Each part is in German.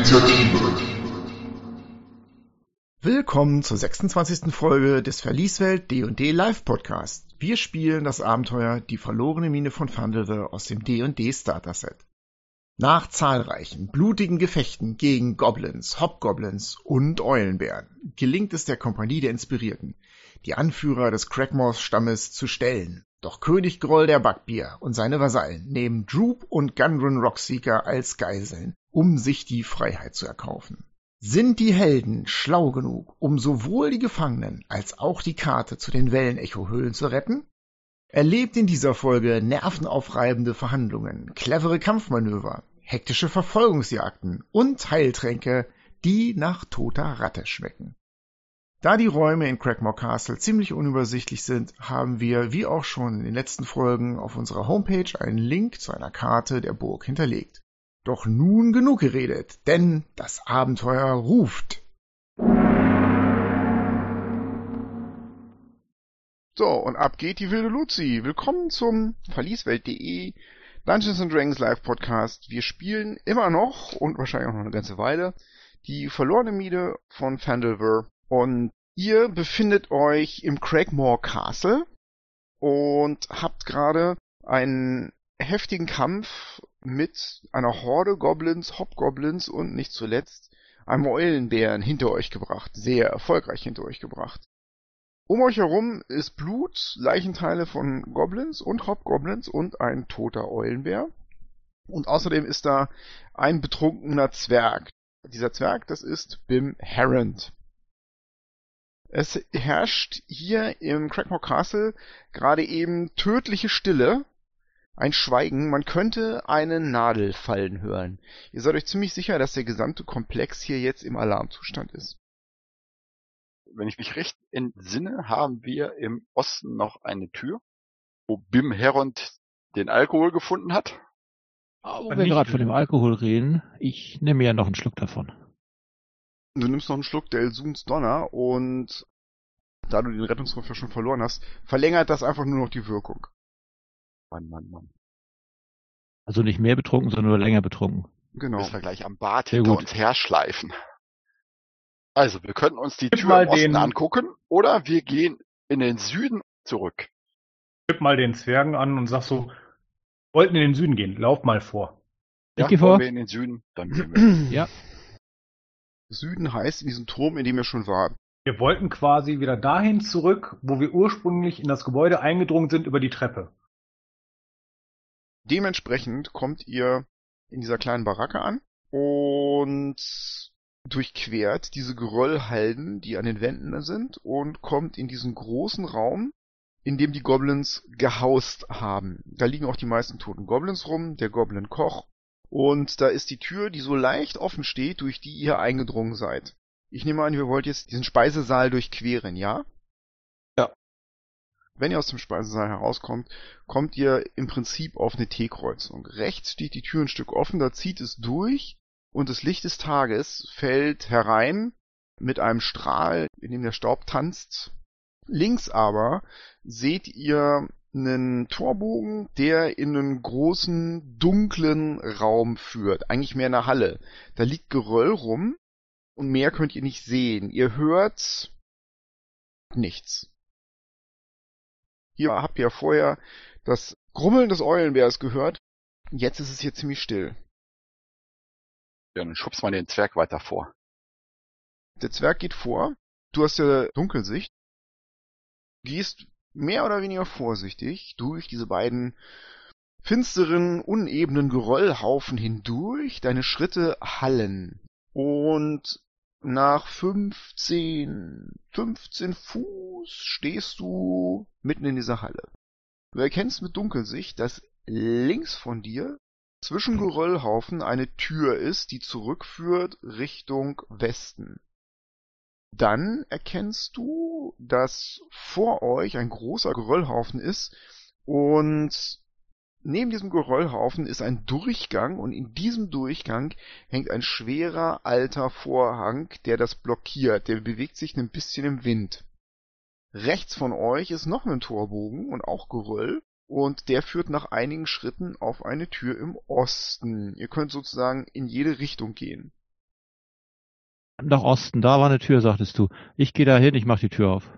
Initiative. Willkommen zur 26. Folge des Verlieswelt D&D Live Podcast. Wir spielen das Abenteuer Die verlorene Mine von Phandelver aus dem D&D Starter Set. Nach zahlreichen, blutigen Gefechten gegen Goblins, Hobgoblins und Eulenbären gelingt es der Kompanie der Inspirierten, die Anführer des Crackmoor-Stammes zu stellen. Doch König Groll der Bugbear und seine Vasallen nehmen Droop und Gundren Rockseeker als Geiseln, um sich die Freiheit zu erkaufen. Sind die Helden schlau genug, um sowohl die Gefangenen als auch die Karte zu den Wellenecho-Höhlen zu retten? Erlebt in dieser Folge nervenaufreibende Verhandlungen, clevere Kampfmanöver, hektische Verfolgungsjagden und Heiltränke, die nach toter Ratte schmecken. Da die Räume in Crackmoor Castle ziemlich unübersichtlich sind, haben wir, wie auch schon in den letzten Folgen, auf unserer Homepage einen Link zu einer Karte der Burg hinterlegt. Doch nun genug geredet, denn das Abenteuer ruft. So, und ab geht die wilde Luzi. Willkommen zum Verlieswelt.de Dungeons & Dragons Live Podcast. Wir spielen immer noch und wahrscheinlich auch noch eine ganze Weile die verlorene Mine von Phandelver. Und ihr befindet euch im Crackmoor Castle und habt gerade einen heftigen Kampf mit einer Horde Goblins, Hobgoblins und nicht zuletzt einem Eulenbären hinter euch gebracht. Sehr erfolgreich hinter euch gebracht. Um euch herum ist Blut, Leichenteile von Goblins und Hobgoblins und ein toter Eulenbär. Und außerdem ist da ein betrunkener Zwerg. Dieser Zwerg, das ist Bim Harrond. Es herrscht hier im Crackmoor Castle gerade eben tödliche Stille. Ein Schweigen, man könnte eine Nadel fallen hören. Ihr seid euch ziemlich sicher, dass der gesamte Komplex hier jetzt im Alarmzustand ist. Wenn ich mich recht entsinne, haben wir im Osten noch eine Tür, wo Bim Harrond den Alkohol gefunden hat. Wo wir gerade von dem Alkohol reden, ich nehme ja noch einen Schluck davon. Du nimmst noch einen Schluck der Elsuns Donner und da du den Rettungswurf ja schon verloren hast, verlängert das einfach nur noch die Wirkung. Mann. Also nicht mehr betrunken, sondern nur länger betrunken. Genau. Müssen wir gleich am Bad Sehr hinter gut. uns herschleifen. Also, wir könnten uns die Gib Tür mal im Osten den- angucken oder wir gehen in den Süden zurück. Gib mal den Zwergen an und sag so, wollten in den Süden gehen, lauf mal vor. Ich geh wollen vor. wir in den Süden, dann gehen wir. Ja, Süden heißt in diesem Turm, in dem ihr schon wart. Wir wollten quasi wieder dahin zurück, wo wir ursprünglich in das Gebäude eingedrungen sind über die Treppe. Dementsprechend kommt ihr in dieser kleinen Baracke an und durchquert diese Geröllhalden, die an den Wänden sind, und kommt in diesen großen Raum, in dem die Goblins gehaust haben. Da liegen auch die meisten toten Goblins rum, der Goblin-Koch, und da ist die Tür, die so leicht offen steht, durch die ihr eingedrungen seid. Ich nehme an, ihr wollt jetzt diesen Speisesaal durchqueren, ja? Ja. Wenn ihr aus dem Speisesaal herauskommt, kommt ihr im Prinzip auf eine T-Kreuzung. Rechts steht die Tür ein Stück offen, da zieht es durch und das Licht des Tages fällt herein mit einem Strahl, in dem der Staub tanzt. Links aber seht ihr einen Torbogen, der in einen großen, dunklen Raum führt. Eigentlich mehr eine Halle. Da liegt Geröll rum und mehr könnt ihr nicht sehen. Ihr hört nichts. Hier habt ihr vorher das Grummeln des Eulenbärs gehört. Jetzt ist es hier ziemlich still. Ja, dann schubst mal den Zwerg weiter vor. Der Zwerg geht vor. Du hast ja Dunkelsicht. Gehst mehr oder weniger vorsichtig durch diese beiden finsteren, unebenen Geröllhaufen hindurch. Deine Schritte hallen. Und nach 15 Fuß stehst du mitten in dieser Halle. Du erkennst mit Dunkelsicht, dass links von dir zwischen Geröllhaufen eine Tür ist, die zurückführt Richtung Westen. Dann erkennst du, dass vor euch ein großer Geröllhaufen ist und neben diesem Geröllhaufen ist ein Durchgang und in diesem Durchgang hängt ein schwerer alter Vorhang, der das blockiert. Der bewegt sich ein bisschen im Wind. Rechts von euch ist noch ein Torbogen und auch Geröll und der führt nach einigen Schritten auf eine Tür im Osten. Ihr könnt sozusagen in jede Richtung gehen. Nach Osten, da war eine Tür, sagtest du. Ich gehe da hin, ich mach die Tür auf.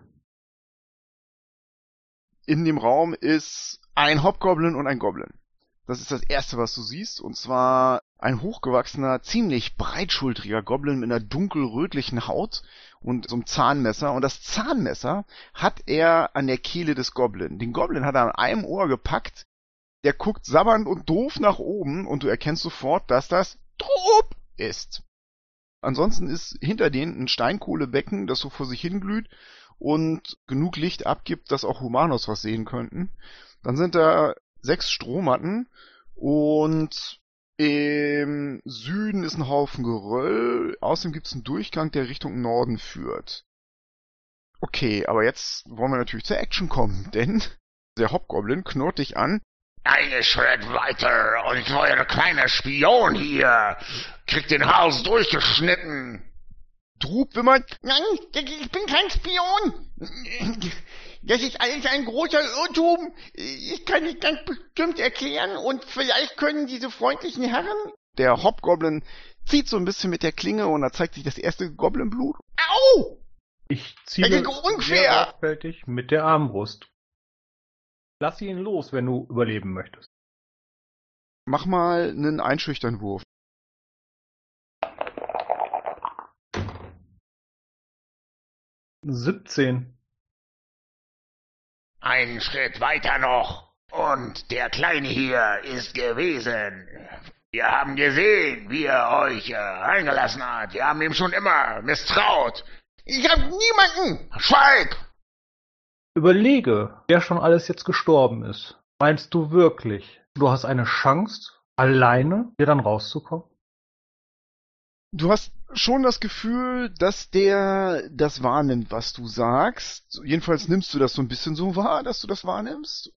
In dem Raum ist ein Hobgoblin und ein Goblin. Das ist das Erste, was du siehst, und zwar ein hochgewachsener, ziemlich breitschultriger Goblin mit einer dunkelrötlichen Haut und so einem Zahnmesser. Und das Zahnmesser hat er an der Kehle des Goblin. Den Goblin hat er an einem Ohr gepackt. Der guckt sabbernd und doof nach oben und du erkennst sofort, dass das Drup ist. Ansonsten ist hinter denen ein Steinkohlebecken, das so vor sich hinglüht und genug Licht abgibt, dass auch Humanos was sehen könnten. Dann sind da 6 Strohmatten und im Süden ist ein Haufen Geröll. Außerdem gibt es einen Durchgang, der Richtung Norden führt. Okay, aber jetzt wollen wir natürlich zur Action kommen, denn der Hobgoblin knurrt dich an. Einen Schritt weiter und euer kleiner Spion hier kriegt den Hals durchgeschnitten. Drup wimmert. Nein, ich bin kein Spion. Das ist alles ein großer Irrtum. Ich kann es ganz bestimmt erklären und vielleicht können diese freundlichen Herren... Der Hobgoblin zieht so ein bisschen mit der Klinge und da zeigt sich das erste Goblinblut. Au! Ich ziele Das ist unfair. sehr sorgfältig mit der Armbrust. Lass ihn los, wenn du überleben möchtest. Mach mal einen Einschüchternwurf. »17. Einen Schritt weiter noch und der Kleine hier ist gewesen. Wir haben gesehen, wie er euch reingelassen hat. Wir haben ihm schon immer misstraut. Ich hab niemanden. Schweig! Überlege, wer schon alles jetzt gestorben ist. Meinst du wirklich, du hast eine Chance, alleine hier dann rauszukommen? Du hast schon das Gefühl, dass der das wahrnimmt, was du sagst. Jedenfalls nimmst du das so ein bisschen so wahr, dass du das wahrnimmst.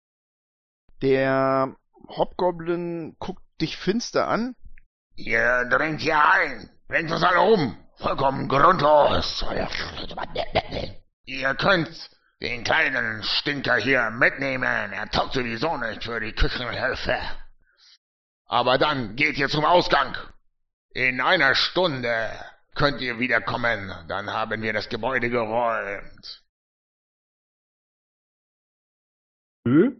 Der Hobgoblin guckt dich finster an. Ihr dringt hier ein, bringt uns alle um. Vollkommen grundlos. Ihr könnt den kleinen Stinker hier mitnehmen. Er taugt sowieso nicht für die Küchenhilfe. Aber dann geht ihr zum Ausgang. In einer Stunde könnt ihr wiederkommen. Dann haben wir das Gebäude geräumt. Nö.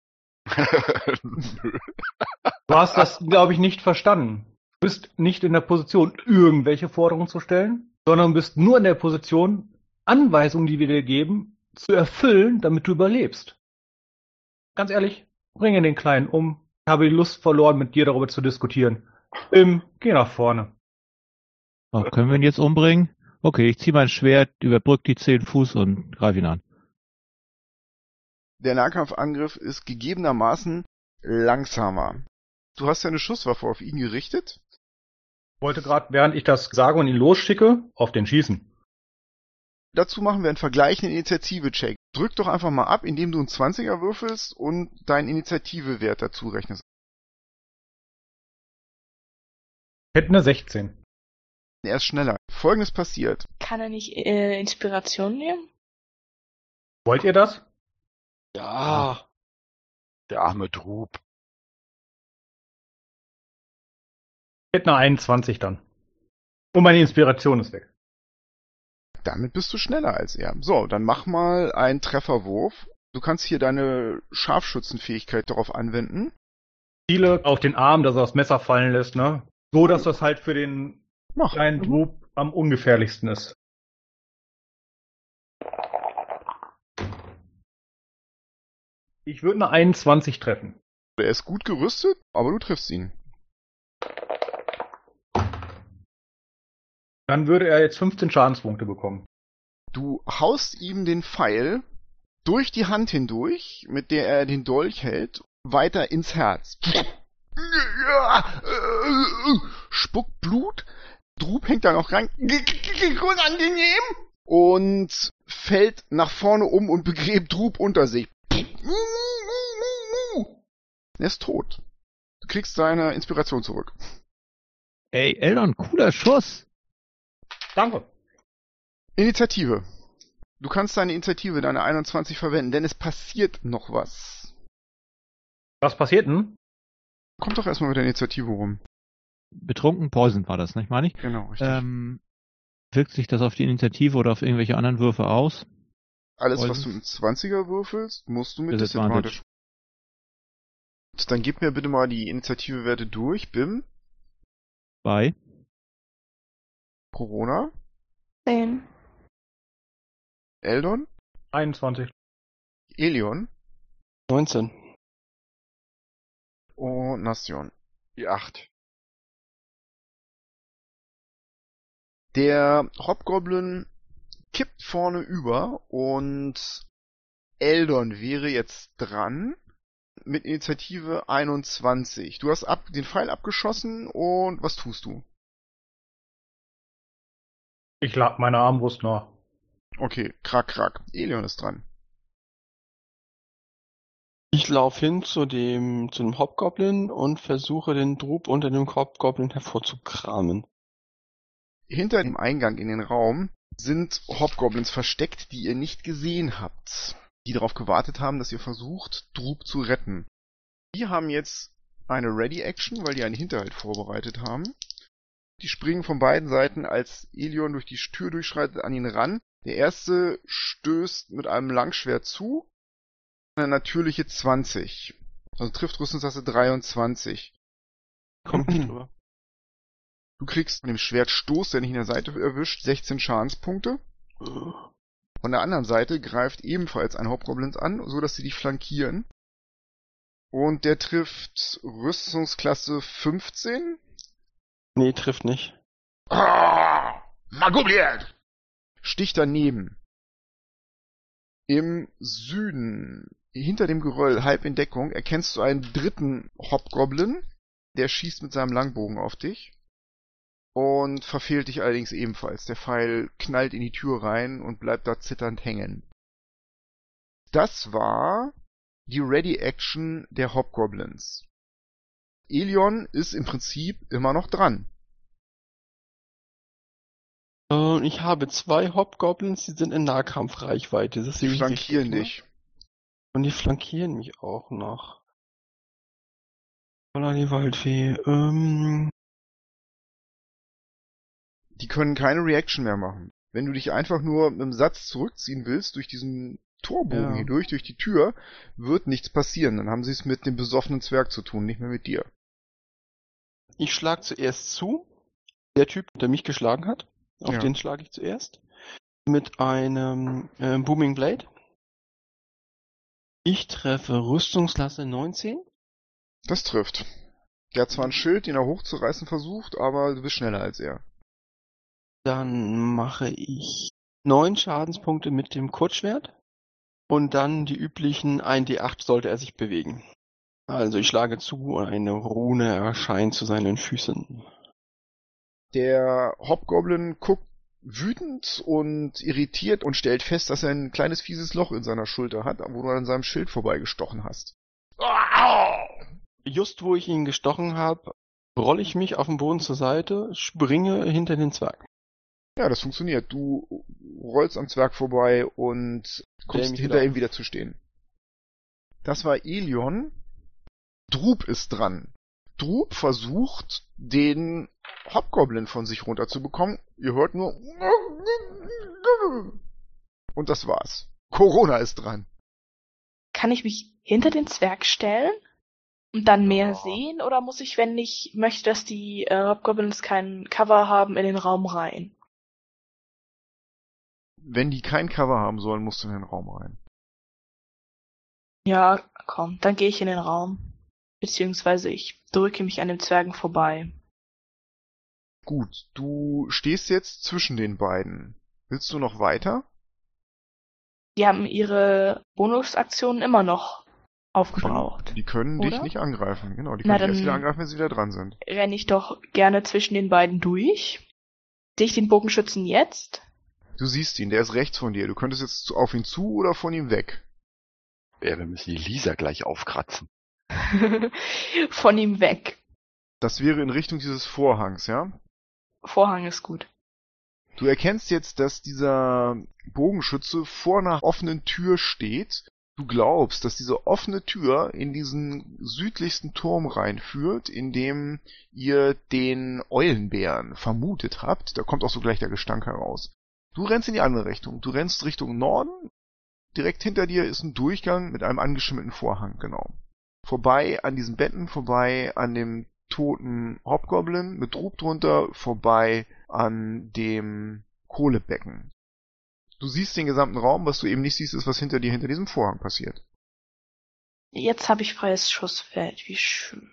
Du hast das, glaube ich, nicht verstanden. Du bist nicht in der Position, irgendwelche Forderungen zu stellen, sondern bist nur in der Position, Anweisungen, die wir dir geben, zu erfüllen, damit du überlebst. Ganz ehrlich, bringe den Kleinen um. Ich habe die Lust verloren, mit dir darüber zu diskutieren. Geh nach vorne. Oh, können wir ihn jetzt umbringen? Okay, ich ziehe mein Schwert, überbrück die 10 Fuß und greif ihn an. Der Nahkampfangriff ist gegebenermaßen langsamer. Du hast ja eine Schusswaffe auf ihn gerichtet. Ich wollte gerade, während ich das sage und ihn losschicke, auf den schießen. Dazu machen wir einen vergleichenden Initiative-Check. Drück doch einfach mal ab, indem du einen 20er würfelst und deinen Initiativewert dazu rechnest. Ich hätte eine 16. Er ist schneller. Folgendes passiert. Kann er nicht Inspiration nehmen? Wollt ihr das? Ja. Der arme Drup. Ich hätte eine 21 dann. Und meine Inspiration ist weg. Damit bist du schneller als er. So, dann mach mal einen Trefferwurf. Du kannst hier deine Scharfschützenfähigkeit darauf anwenden. Ziele auf den Arm, dass er das Messer fallen lässt, ne? So, dass das halt für den kleinen Drup am ungefährlichsten ist. Ich würde eine 21 treffen. Er ist gut gerüstet, aber du triffst ihn. Dann würde er jetzt 15 Schadenspunkte bekommen. Du haust ihm den Pfeil durch die Hand hindurch, mit der er den Dolch hält, weiter ins Herz. Spuckt Blut, Drup hängt da noch rein, unangenehm, und fällt nach vorne um und begräbt Drup unter sich. Er ist tot. Du kriegst deine Inspiration zurück. Ey, Eldon, cooler Schuss. Danke. Initiative. Du kannst deine Initiative, deine 21 verwenden, denn es passiert noch was. Was passiert denn? Kommt doch erstmal mit der Initiative rum. Betrunken Poison war das, nicht, meine ich? Genau, richtig. Wirkt sich das auf die Initiative oder auf irgendwelche anderen Würfe aus? Alles, was du mit 20er würfelst, musst du mit Disadvantage. Disadvantage. Dann gib mir bitte mal die Initiative-Werte durch. Bim, Bei? Corona, 10. Eldon, 21. Elion 19. und Nation. Die 8. Der Hobgoblin kippt vorne über und Eldon wäre jetzt dran mit Initiative 21. Du hast den Pfeil abgeschossen und was tust du? Ich lag meine Armbrust nach. Okay, krack. Elion ist dran. Ich laufe hin zu dem Hobgoblin und versuche den Drub unter dem Hobgoblin hervorzukramen. Hinter dem Eingang in den Raum sind Hobgoblins versteckt, die ihr nicht gesehen habt. Die darauf gewartet haben, dass ihr versucht, Drub zu retten. Die haben jetzt eine Ready-Action, weil die einen Hinterhalt vorbereitet haben. Die springen von beiden Seiten, als Elion durch die Tür durchschreitet, an ihn ran. Der erste stößt mit einem Langschwert zu. Eine natürliche 20. Also trifft Rüstungstasse 23. Kommt nicht drüber. Du kriegst mit dem Schwertstoß, der dich in der Seite erwischt, 16 Schadenspunkte. Von der anderen Seite greift ebenfalls ein Hobgoblin an, so dass sie dich flankieren. Und der trifft Rüstungsklasse 15. Nee, trifft nicht. Magubliert! Sticht daneben. Im Süden, hinter dem Geröll, halb in Deckung, erkennst du einen dritten Hobgoblin. Der schießt mit seinem Langbogen auf dich. Und verfehlt dich allerdings ebenfalls. Der Pfeil knallt in die Tür rein und bleibt da zitternd hängen. Das war die Ready-Action der Hobgoblins. Elion ist im Prinzip immer noch dran. Ich habe 2 Hobgoblins, die sind in Nahkampfreichweite. Das Die sehe ich flankieren richtig, dich. ne? Und die flankieren mich auch noch. Voller die Waldfee. Die können keine Reaction mehr machen. Wenn du dich einfach nur mit einem Satz zurückziehen willst, durch diesen Torbogen Ja. hindurch, durch die Tür, wird nichts passieren. Dann haben sie es mit dem besoffenen Zwerg zu tun, nicht mehr mit dir. Ich schlage zuerst zu. Der Typ, der mich geschlagen hat, auf Ja. den schlage ich zuerst. Mit einem Booming Blade. Ich treffe Rüstungsklasse 19. Das trifft. Der hat zwar ein Schild, den er hochzureißen versucht, aber du bist schneller als er. Dann mache ich 9 Schadenspunkte mit dem Kurzschwert. Und dann die üblichen 1d8 sollte er sich bewegen. Also ich schlage zu und eine Rune erscheint zu seinen Füßen. Der Hobgoblin guckt wütend und irritiert und stellt fest, dass er ein kleines fieses Loch in seiner Schulter hat, wo du an seinem Schild vorbeigestochen hast. Just wo ich ihn gestochen habe, rolle ich mich auf den Boden zur Seite, springe hinter den Zwerg. Ja, das funktioniert. Du rollst am Zwerg vorbei und kommst mich hinter wieder ihm wieder zu stehen. Das war Elion. Drub ist dran. Drub versucht, den Hobgoblin von sich runterzubekommen. Ihr hört nur... Und das war's. Corona ist dran. Kann ich mich hinter den Zwerg stellen und dann mehr sehen? Oder muss ich, wenn ich möchte, dass die Hobgoblins kein Cover haben, in den Raum rein? Wenn die kein Cover haben sollen, musst du in den Raum rein. Ja, komm, dann gehe ich in den Raum. Beziehungsweise ich drücke mich an dem Zwergen vorbei. Gut, du stehst jetzt zwischen den beiden. Willst du noch weiter? Die haben ihre Bonusaktionen immer noch aufgebraucht. Die können dich Oder? nicht angreifen. Genau, die Na, können dich erst dann- wieder angreifen, wenn sie wieder dran sind. Renne ich doch gerne zwischen den beiden durch. Sehe ich den Bogenschützen jetzt? Du siehst ihn, der ist rechts von dir. Du könntest jetzt auf ihn zu oder von ihm weg. Ja, wir müssen die Lisa gleich aufkratzen. Von ihm weg. Das wäre in Richtung dieses Vorhangs, ja? Vorhang ist gut. Du erkennst jetzt, dass dieser Bogenschütze vor einer offenen Tür steht. Du glaubst, dass diese offene Tür in diesen südlichsten Turm reinführt, in dem ihr den Eulenbären vermutet habt. Da kommt auch so gleich der Gestank heraus. Du rennst in die andere Richtung. Du rennst Richtung Norden. Direkt hinter dir ist ein Durchgang mit einem angeschimmelten Vorhang, genau. Vorbei an diesen Betten, vorbei an dem toten Hobgoblin mit Trug drunter, vorbei an dem Kohlebecken. Du siehst den gesamten Raum, was du eben nicht siehst, ist, was hinter dir, hinter diesem Vorhang passiert. Jetzt habe ich freies Schussfeld. Wie schön.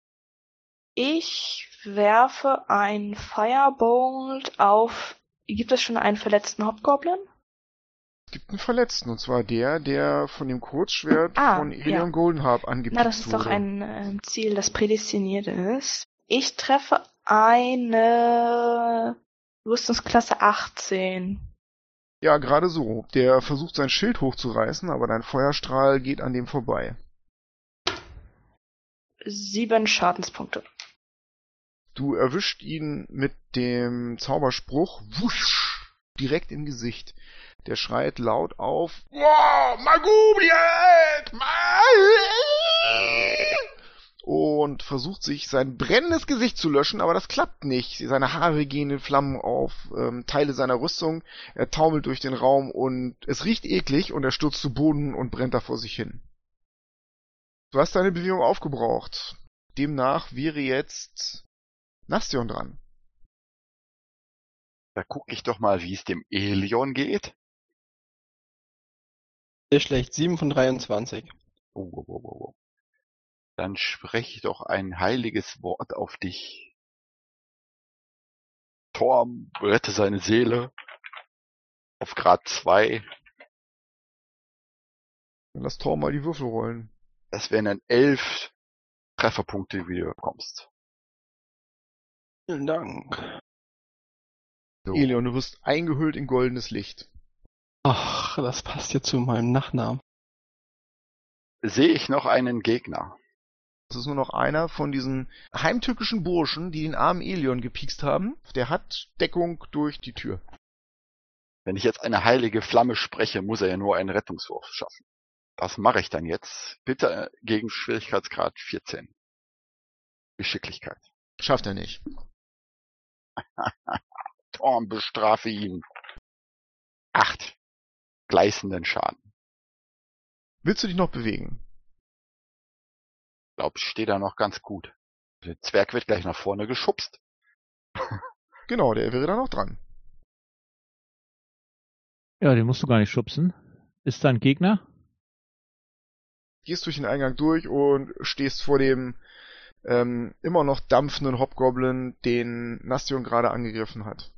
Ich werfe ein Firebolt auf... Gibt es schon einen verletzten Hobgoblin? Es gibt einen Verletzten, und zwar der von dem Kurzschwert von Elion ja. Goldenharp angepickt Na, das ist doch wurde. ein Ziel, das prädestiniert ist. Ich treffe eine Rüstungsklasse 18. Ja, gerade so. Der versucht sein Schild hochzureißen, aber dein Feuerstrahl geht an dem vorbei. 7 Schadenspunkte. Du erwischt ihn mit dem Zauberspruch wusch, direkt im Gesicht. Der schreit laut auf Wow, Magubliet! und versucht sich sein brennendes Gesicht zu löschen, aber das klappt nicht. Seine Haare gehen in Flammen auf, Teile seiner Rüstung, er taumelt durch den Raum und es riecht eklig und er stürzt zu Boden und brennt da vor sich hin. Du hast deine Bewegung aufgebraucht. Demnach wäre jetzt Nastion dran. Da gucke ich doch mal, wie es dem Elion geht. Sehr schlecht, 7 von 23. Oh. Dann spreche ich doch ein heiliges Wort auf dich. Torm, rette seine Seele. Auf Grad 2. Dann lass Thor mal die Würfel rollen. Das wären dann 11 Trefferpunkte, wie du bekommst. Vielen Dank. So. Elion, du wirst eingehüllt in goldenes Licht. Ach, das passt ja zu meinem Nachnamen. Sehe ich noch einen Gegner? Das ist nur noch einer von diesen heimtückischen Burschen, die den armen Elion gepiekst haben. Der hat Deckung durch die Tür. Wenn ich jetzt eine heilige Flamme spreche, muss er ja nur einen Rettungswurf schaffen. Das mache ich dann jetzt. Bitte gegen Schwierigkeitsgrad 14. Geschicklichkeit. Schafft er nicht. Torm, bestrafe ihn. 8. Gleißenden Schaden. Willst du dich noch bewegen? Ich glaube, ich stehe da noch ganz gut. Der Zwerg wird gleich nach vorne geschubst. Genau, der wäre da noch dran. Ja, den musst du gar nicht schubsen. Ist da ein Gegner? Gehst durch den Eingang durch und stehst vor dem immer noch dampfenden Hobgoblin, den Nastion gerade angegriffen hat.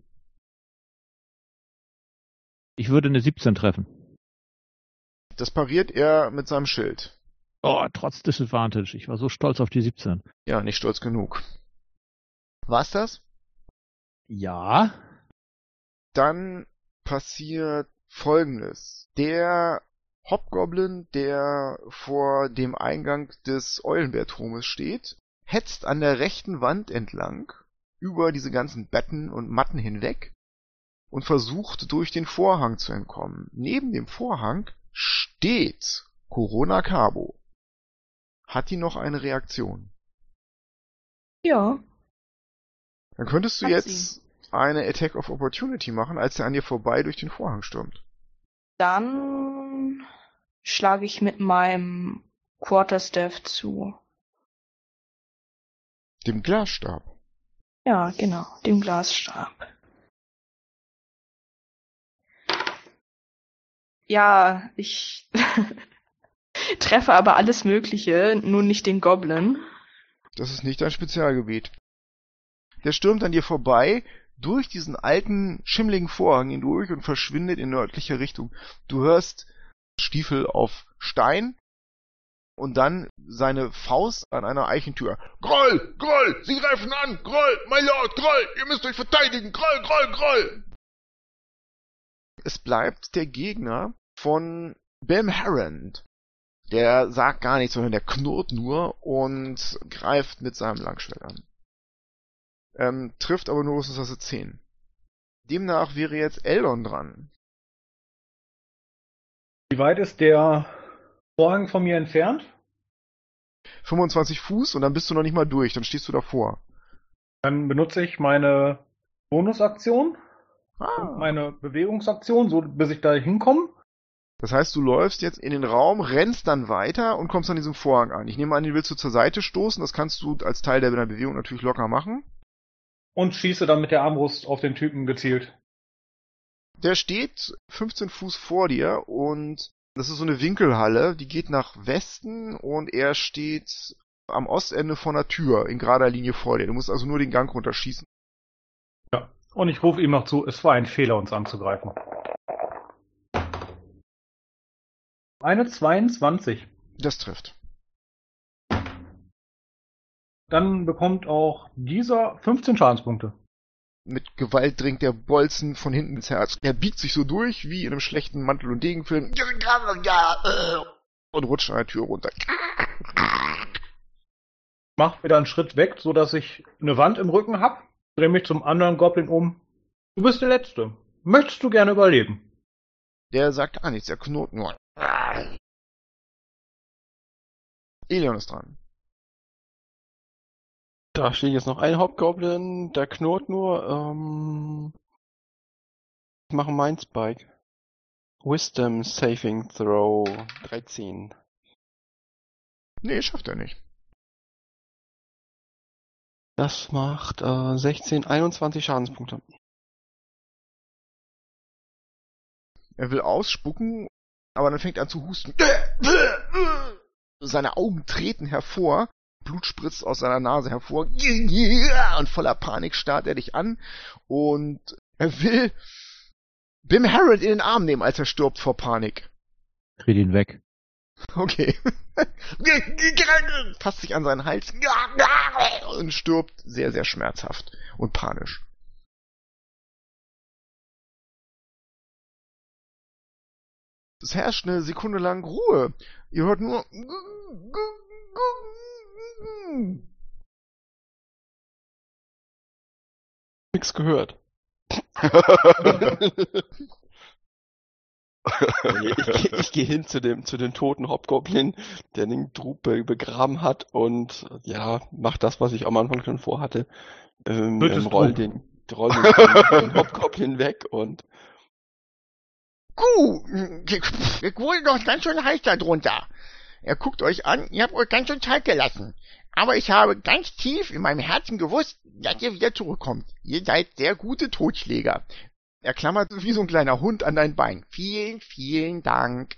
Ich würde eine 17 treffen. Das pariert er mit seinem Schild. Oh, trotz Disadvantage. Ich war so stolz auf die 17. Ja, nicht stolz genug. War's das? Ja. Dann passiert Folgendes. Der Hobgoblin, der vor dem Eingang des Eulenbärturmes steht, hetzt an der rechten Wand entlang, über diese ganzen Betten und Matten hinweg und versucht, durch den Vorhang zu entkommen. Neben dem Vorhang steht Corona Cabo. Hat die noch eine Reaktion? Ja. Dann könntest du Hat jetzt eine Attack of Opportunity machen, als er an dir vorbei durch den Vorhang stürmt. Dann schlage ich mit meinem Quarterstaff zu. Dem Glasstab. Ja, genau, dem Glasstab. Ja, ich treffe aber alles Mögliche, nur nicht den Goblin. Das ist nicht dein Spezialgebiet. Der stürmt an dir vorbei, durch diesen alten, schimmligen Vorhang hindurch und verschwindet in nördlicher Richtung. Du hörst Stiefel auf Stein und dann seine Faust an einer Eichentür. Groll! Groll! Sie greifen an! Groll! Mein Lord! Groll! Ihr müsst euch verteidigen! Groll! Groll! Groll! Es bleibt der Gegner von Bim Harrand. Der sagt gar nichts, sondern der knurrt nur und greift mit seinem Langschwert an. Trifft aber nur Rüstungsklasse 10. Demnach wäre jetzt Eldon dran. Wie weit ist der Vorhang von mir entfernt. 25 Fuß und dann bist du noch nicht mal durch, dann stehst du davor. Dann benutze ich meine Bonusaktion, Ah. meine Bewegungsaktion, so bis ich da hinkomme. Das heißt, du läufst jetzt in den Raum, rennst dann weiter und kommst an diesem Vorhang an. Ich nehme an, den willst du zur Seite stoßen. Das kannst du als Teil deiner Bewegung natürlich locker machen. Und schieße dann mit der Armbrust auf den Typen gezielt. Der steht 15 Fuß vor dir und das ist so eine Winkelhalle, die geht nach Westen und er steht am Ostende von der Tür in gerader Linie vor dir. Du musst also nur den Gang runterschießen. Ja. Und ich rufe ihm noch zu, es war ein Fehler, uns anzugreifen. Eine 22. Das trifft. Dann bekommt auch dieser 15 Schadenspunkte. Mit Gewalt dringt der Bolzen von hinten ins Herz. Er biegt sich so durch, wie in einem schlechten Mantel- und Degenfilm. Und rutscht an der Tür runter. Mach wieder einen Schritt weg, so dass ich eine Wand im Rücken hab. Dreh mich zum anderen Goblin um. Du bist der Letzte. Möchtest du gerne überleben? Der sagt gar nichts, er knurrt nur. Elion ist dran. Da steht jetzt noch ein Hauptgoblin, der knurrt nur. Ich mache mein Spike. Wisdom Saving Throw 13. Nee, schafft er nicht. Das macht 16, 21 Schadenspunkte. Er will ausspucken, aber dann fängt er an zu husten. Seine Augen treten hervor, Blut spritzt aus seiner Nase hervor und voller Panik starrt er dich an und er will Bim Harrod in den Arm nehmen, als er stirbt vor Panik. Dreh ihn weg. Okay. Fasst sich an seinen Hals und stirbt sehr, sehr schmerzhaft und panisch. Es herrscht eine Sekunde lang Ruhe. Ihr hört nur Nix gehört. Ich gehe hin zu dem toten Hobgoblin, der den Trupp begraben hat und ja, macht das, was ich am Anfang schon vorhatte. Roll den Hobgoblin weg und Ich wurde doch ganz schön heiß da drunter. Er guckt euch an, ihr habt euch ganz schön Zeit gelassen. Aber ich habe ganz tief in meinem Herzen gewusst, dass ihr wieder zurückkommt. Ihr seid sehr gute Totschläger. er klammert wie so ein kleiner Hund an dein Bein. Vielen, vielen Dank.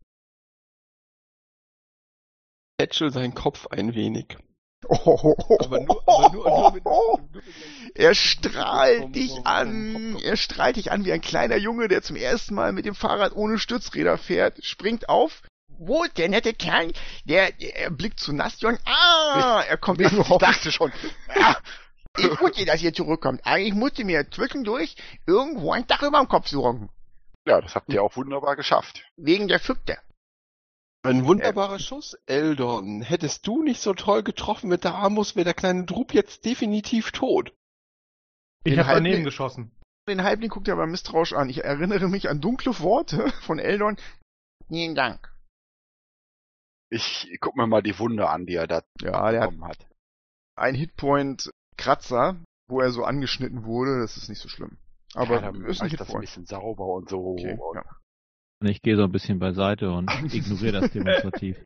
Tätschel seinen Kopf ein wenig. Aber nur er strahlt dich an. Er strahlt dich an wie ein kleiner Junge, der zum ersten Mal mit dem Fahrrad ohne Stützräder fährt, springt auf. Wo ist der nette Kerl? Er blickt zu Nastion. Er kommt ich irgendwo. dachte schon. Ich wusste, dass ihr zurückkommt. Eigentlich musste mir zwischendurch irgendwo ein Dach über dem Kopf sorgen. Ja, das habt ihr auch wunderbar geschafft. Wegen der Füchse. Ein wunderbarer Schuss, Eldon. Hättest du nicht so toll getroffen mit der Armus, wäre der kleine Drup jetzt definitiv tot. Ich Den habe Halbling- daneben geschossen. Den Halbling guckt er aber misstrauisch an. Ich erinnere mich an dunkle Worte von Eldon. Vielen Dank. Ich guck mir mal die Wunde an, die er da Ja, der hat bekommen hat. ein Hitpoint-Kratzer, wo er so angeschnitten wurde. Das ist nicht so schlimm. Aber ja, dann ist mach ein ich das ein Hitpoint. bisschen sauber und so. Okay, und ja. Und ich gehe so ein bisschen beiseite und ignoriere das demonstrativ.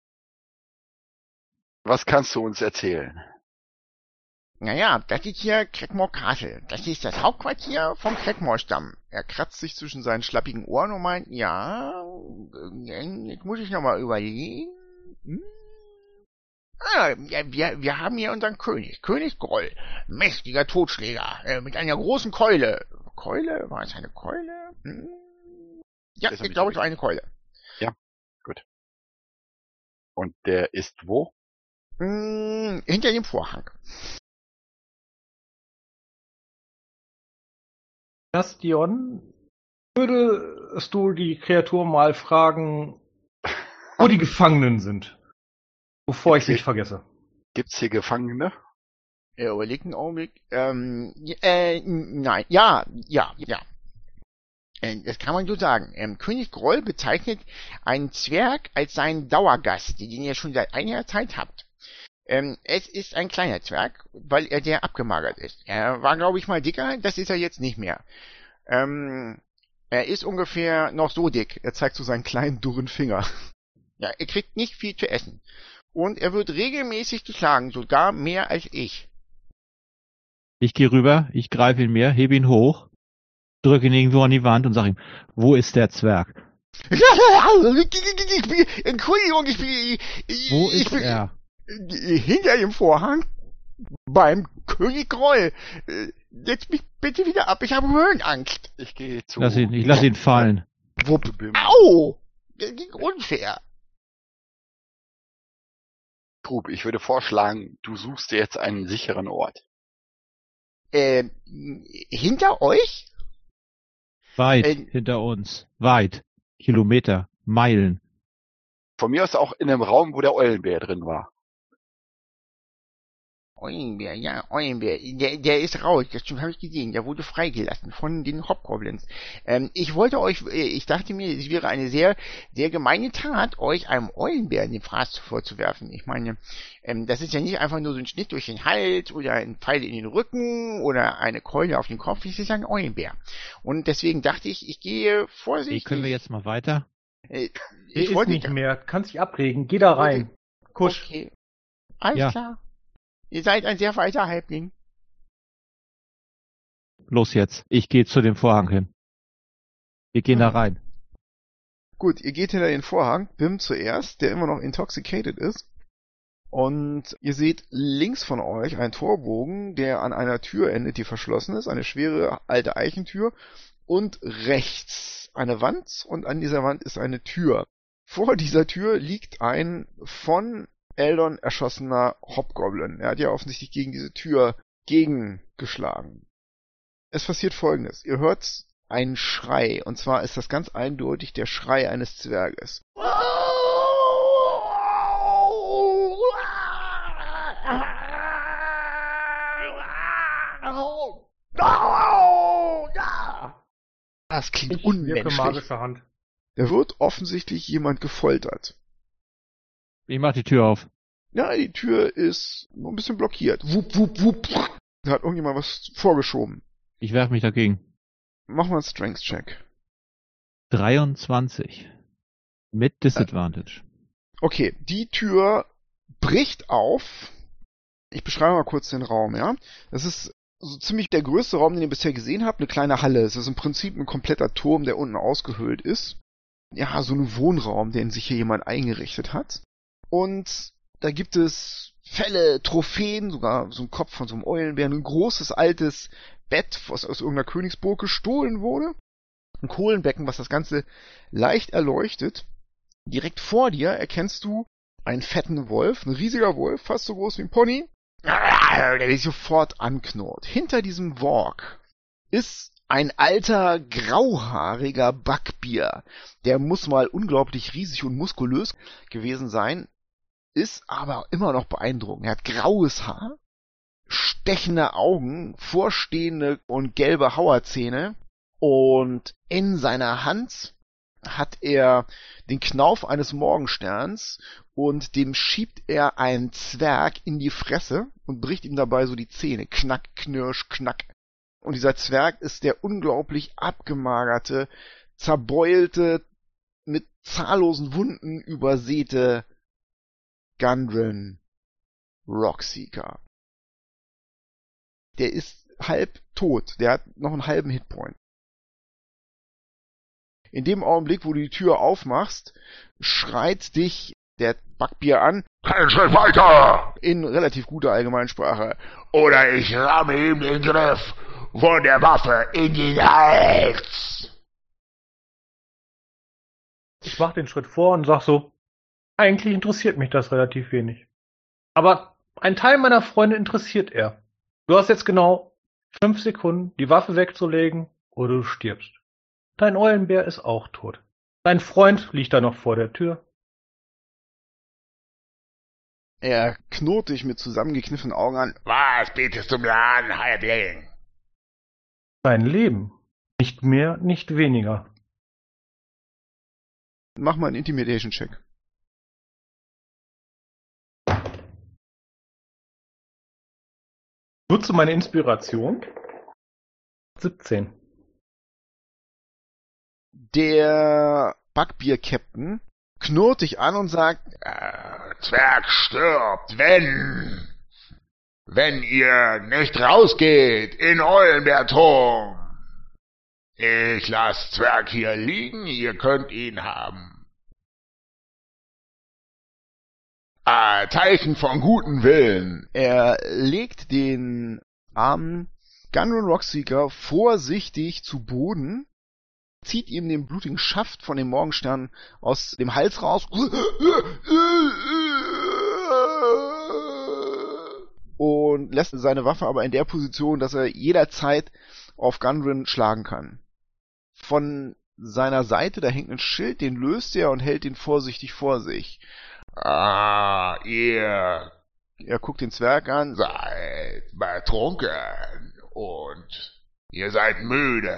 Was kannst du uns erzählen? Naja, das ist hier Crackmore Castle. Das ist das Hauptquartier vom Crackmore-Stamm. Er kratzt sich zwischen seinen schlappigen Ohren und meint, ja, jetzt muss ich nochmal überlegen. Wir haben hier unseren König, König Groll, mächtiger Totschläger, mit einer großen Keule. Keule? War es eine Keule? Ja, Ist er ich nicht glaube, es so war eine Keule. Und der ist wo? Hinter dem Vorhang. Bastion, würdest du die Kreatur mal fragen, wo die Gefangenen sind? Bevor ich nicht vergesse. Gibt's hier Gefangene? Er überlegt einen Augenblick. Nein, ja. Das kann man so sagen. König Groll bezeichnet einen Zwerg als seinen Dauergast, den ihr schon seit einiger Zeit habt. Es ist ein kleiner Zwerg, weil er sehr abgemagert ist. Er war, glaube ich, mal dicker, das ist er jetzt nicht mehr. Er ist ungefähr noch so dick. Er zeigt so seinen kleinen, dürren Finger. Ja, er kriegt nicht viel zu essen. Und er wird regelmäßig geschlagen, sogar mehr als ich. Ich gehe rüber, ich greife ihn mir, hebe ihn hoch, drücke ihn irgendwo an die Wand und sage ihm, wo ist der Zwerg? Entschuldigung, Wo ist er? Hinter dem Vorhang beim König Groll. Setz mich bitte wieder ab, ich habe Höhenangst. Ich gehe zu. Ich lass ihn fallen. Wupp. Au! Das ging unfair. Trub, ich würde vorschlagen, du suchst dir jetzt einen sicheren Ort. Hinter euch? Weit hinter uns. Weit. Kilometer. Meilen. Von mir aus auch in einem Raum, wo der Eulenbär drin war. Eulenbär, ja, Eulenbär. Der ist raus, das habe ich gesehen. Der wurde freigelassen von den Hobgoblins. Ich dachte mir, es wäre eine sehr, sehr gemeine Tat, euch einem Eulenbär in den Fraß vorzuwerfen. Ich meine, das ist ja nicht einfach nur so ein Schnitt durch den Hals oder ein Pfeil in den Rücken oder eine Keule auf den Kopf. Es ist ein Eulenbär. Und deswegen dachte ich gehe vorsichtig. Können wir jetzt mal weiter? Ich wollte nicht mehr. Kannst dich abregen. Geh da rein. Kusch. Okay. Alles klar. Ihr seid ein sehr weiter Halbling. Los jetzt. Ich gehe zu dem Vorhang hin. Wir gehen da rein. Gut, ihr geht hinter den Vorhang. Bim zuerst, der immer noch intoxicated ist. Und ihr seht links von euch einen Torbogen, der an einer Tür endet, die verschlossen ist. Eine schwere alte Eichentür. Und rechts eine Wand. Und an dieser Wand ist eine Tür. Vor dieser Tür liegt ein von Eldon erschossener Hobgoblin. Er hat ja offensichtlich gegen diese Tür gegengeschlagen. Es passiert Folgendes. Ihr hört einen Schrei. Und zwar ist das ganz eindeutig der Schrei eines Zwerges. Das klingt Ich wirke unmenschlich. magische Hand. Da wird offensichtlich jemand gefoltert. Ich mach die Tür auf. Ja, die Tür ist nur ein bisschen blockiert. Wupp, wupp, wupp. Da hat irgendjemand was vorgeschoben. Ich werfe mich dagegen. Mach mal einen Strength-Check. 23. Mit Disadvantage. Okay, die Tür bricht auf. Ich beschreibe mal kurz den Raum, ja. Das ist so ziemlich der größte Raum, den ihr bisher gesehen habt. Eine kleine Halle. Es ist im Prinzip ein kompletter Turm, der unten ausgehöhlt ist. Ja, so ein Wohnraum, den sich hier jemand eingerichtet hat. Und da gibt es Felle, Trophäen, sogar so ein Kopf von so einem Eulenbären, ein großes altes Bett, was aus irgendeiner Königsburg gestohlen wurde. Ein Kohlenbecken, was das Ganze leicht erleuchtet. Direkt vor dir erkennst du einen fetten Wolf, ein riesiger Wolf, fast so groß wie ein Pony, der dich sofort anknurrt. Hinter diesem Walk ist ein alter, grauhaariger Backbier. Der muss mal unglaublich riesig und muskulös gewesen sein, ist aber immer noch beeindruckend. Er hat graues Haar, stechende Augen, vorstehende und gelbe Hauerzähne und in seiner Hand hat er den Knauf eines Morgensterns und dem schiebt er einen Zwerg in die Fresse und bricht ihm dabei so die Zähne. Knack, knirsch, knack. Und dieser Zwerg ist der unglaublich abgemagerte, zerbeulte, mit zahllosen Wunden übersäte Gundren Rockseeker. Der ist halb tot. Der hat noch einen halben Hitpoint. In dem Augenblick, wo du die Tür aufmachst, schreit dich der Backbier an. Keinen Schritt weiter! In relativ guter Allgemeinsprache. Oder ich ramme ihm den Griff von der Waffe in den Hals! Ich mach den Schritt vor und sag so, eigentlich interessiert mich das relativ wenig. Aber ein Teil meiner Freunde interessiert er. Du hast jetzt genau 5 Sekunden, die Waffe wegzulegen, oder du stirbst. Dein Eulenbär ist auch tot. Dein Freund liegt da noch vor der Tür. Er knurrt dich mit zusammengekniffenen Augen an. Was bietest du mir an, Halbling? Dein Leben. Nicht mehr, nicht weniger. Mach mal einen Intimidation-Check. Nutze meine Inspiration. 17. Der Backbier-Captain knurrt dich an und sagt, Zwerg stirbt, wenn ihr nicht rausgeht in Eulenbergturm. Ich lass Zwerg hier liegen, ihr könnt ihn haben. Zeichen von gutem Willen. er legt den armen Gunrun Rockseeker vorsichtig zu Boden, zieht ihm den blutigen Schaft von dem Morgenstern aus dem Hals raus und lässt seine Waffe aber in der Position, dass er jederzeit auf Gunrun schlagen kann. Von seiner Seite, da hängt ein Schild, den löst er und hält den vorsichtig vor sich. Ihr Er guckt den Zwerg an, seid betrunken und ihr seid müde.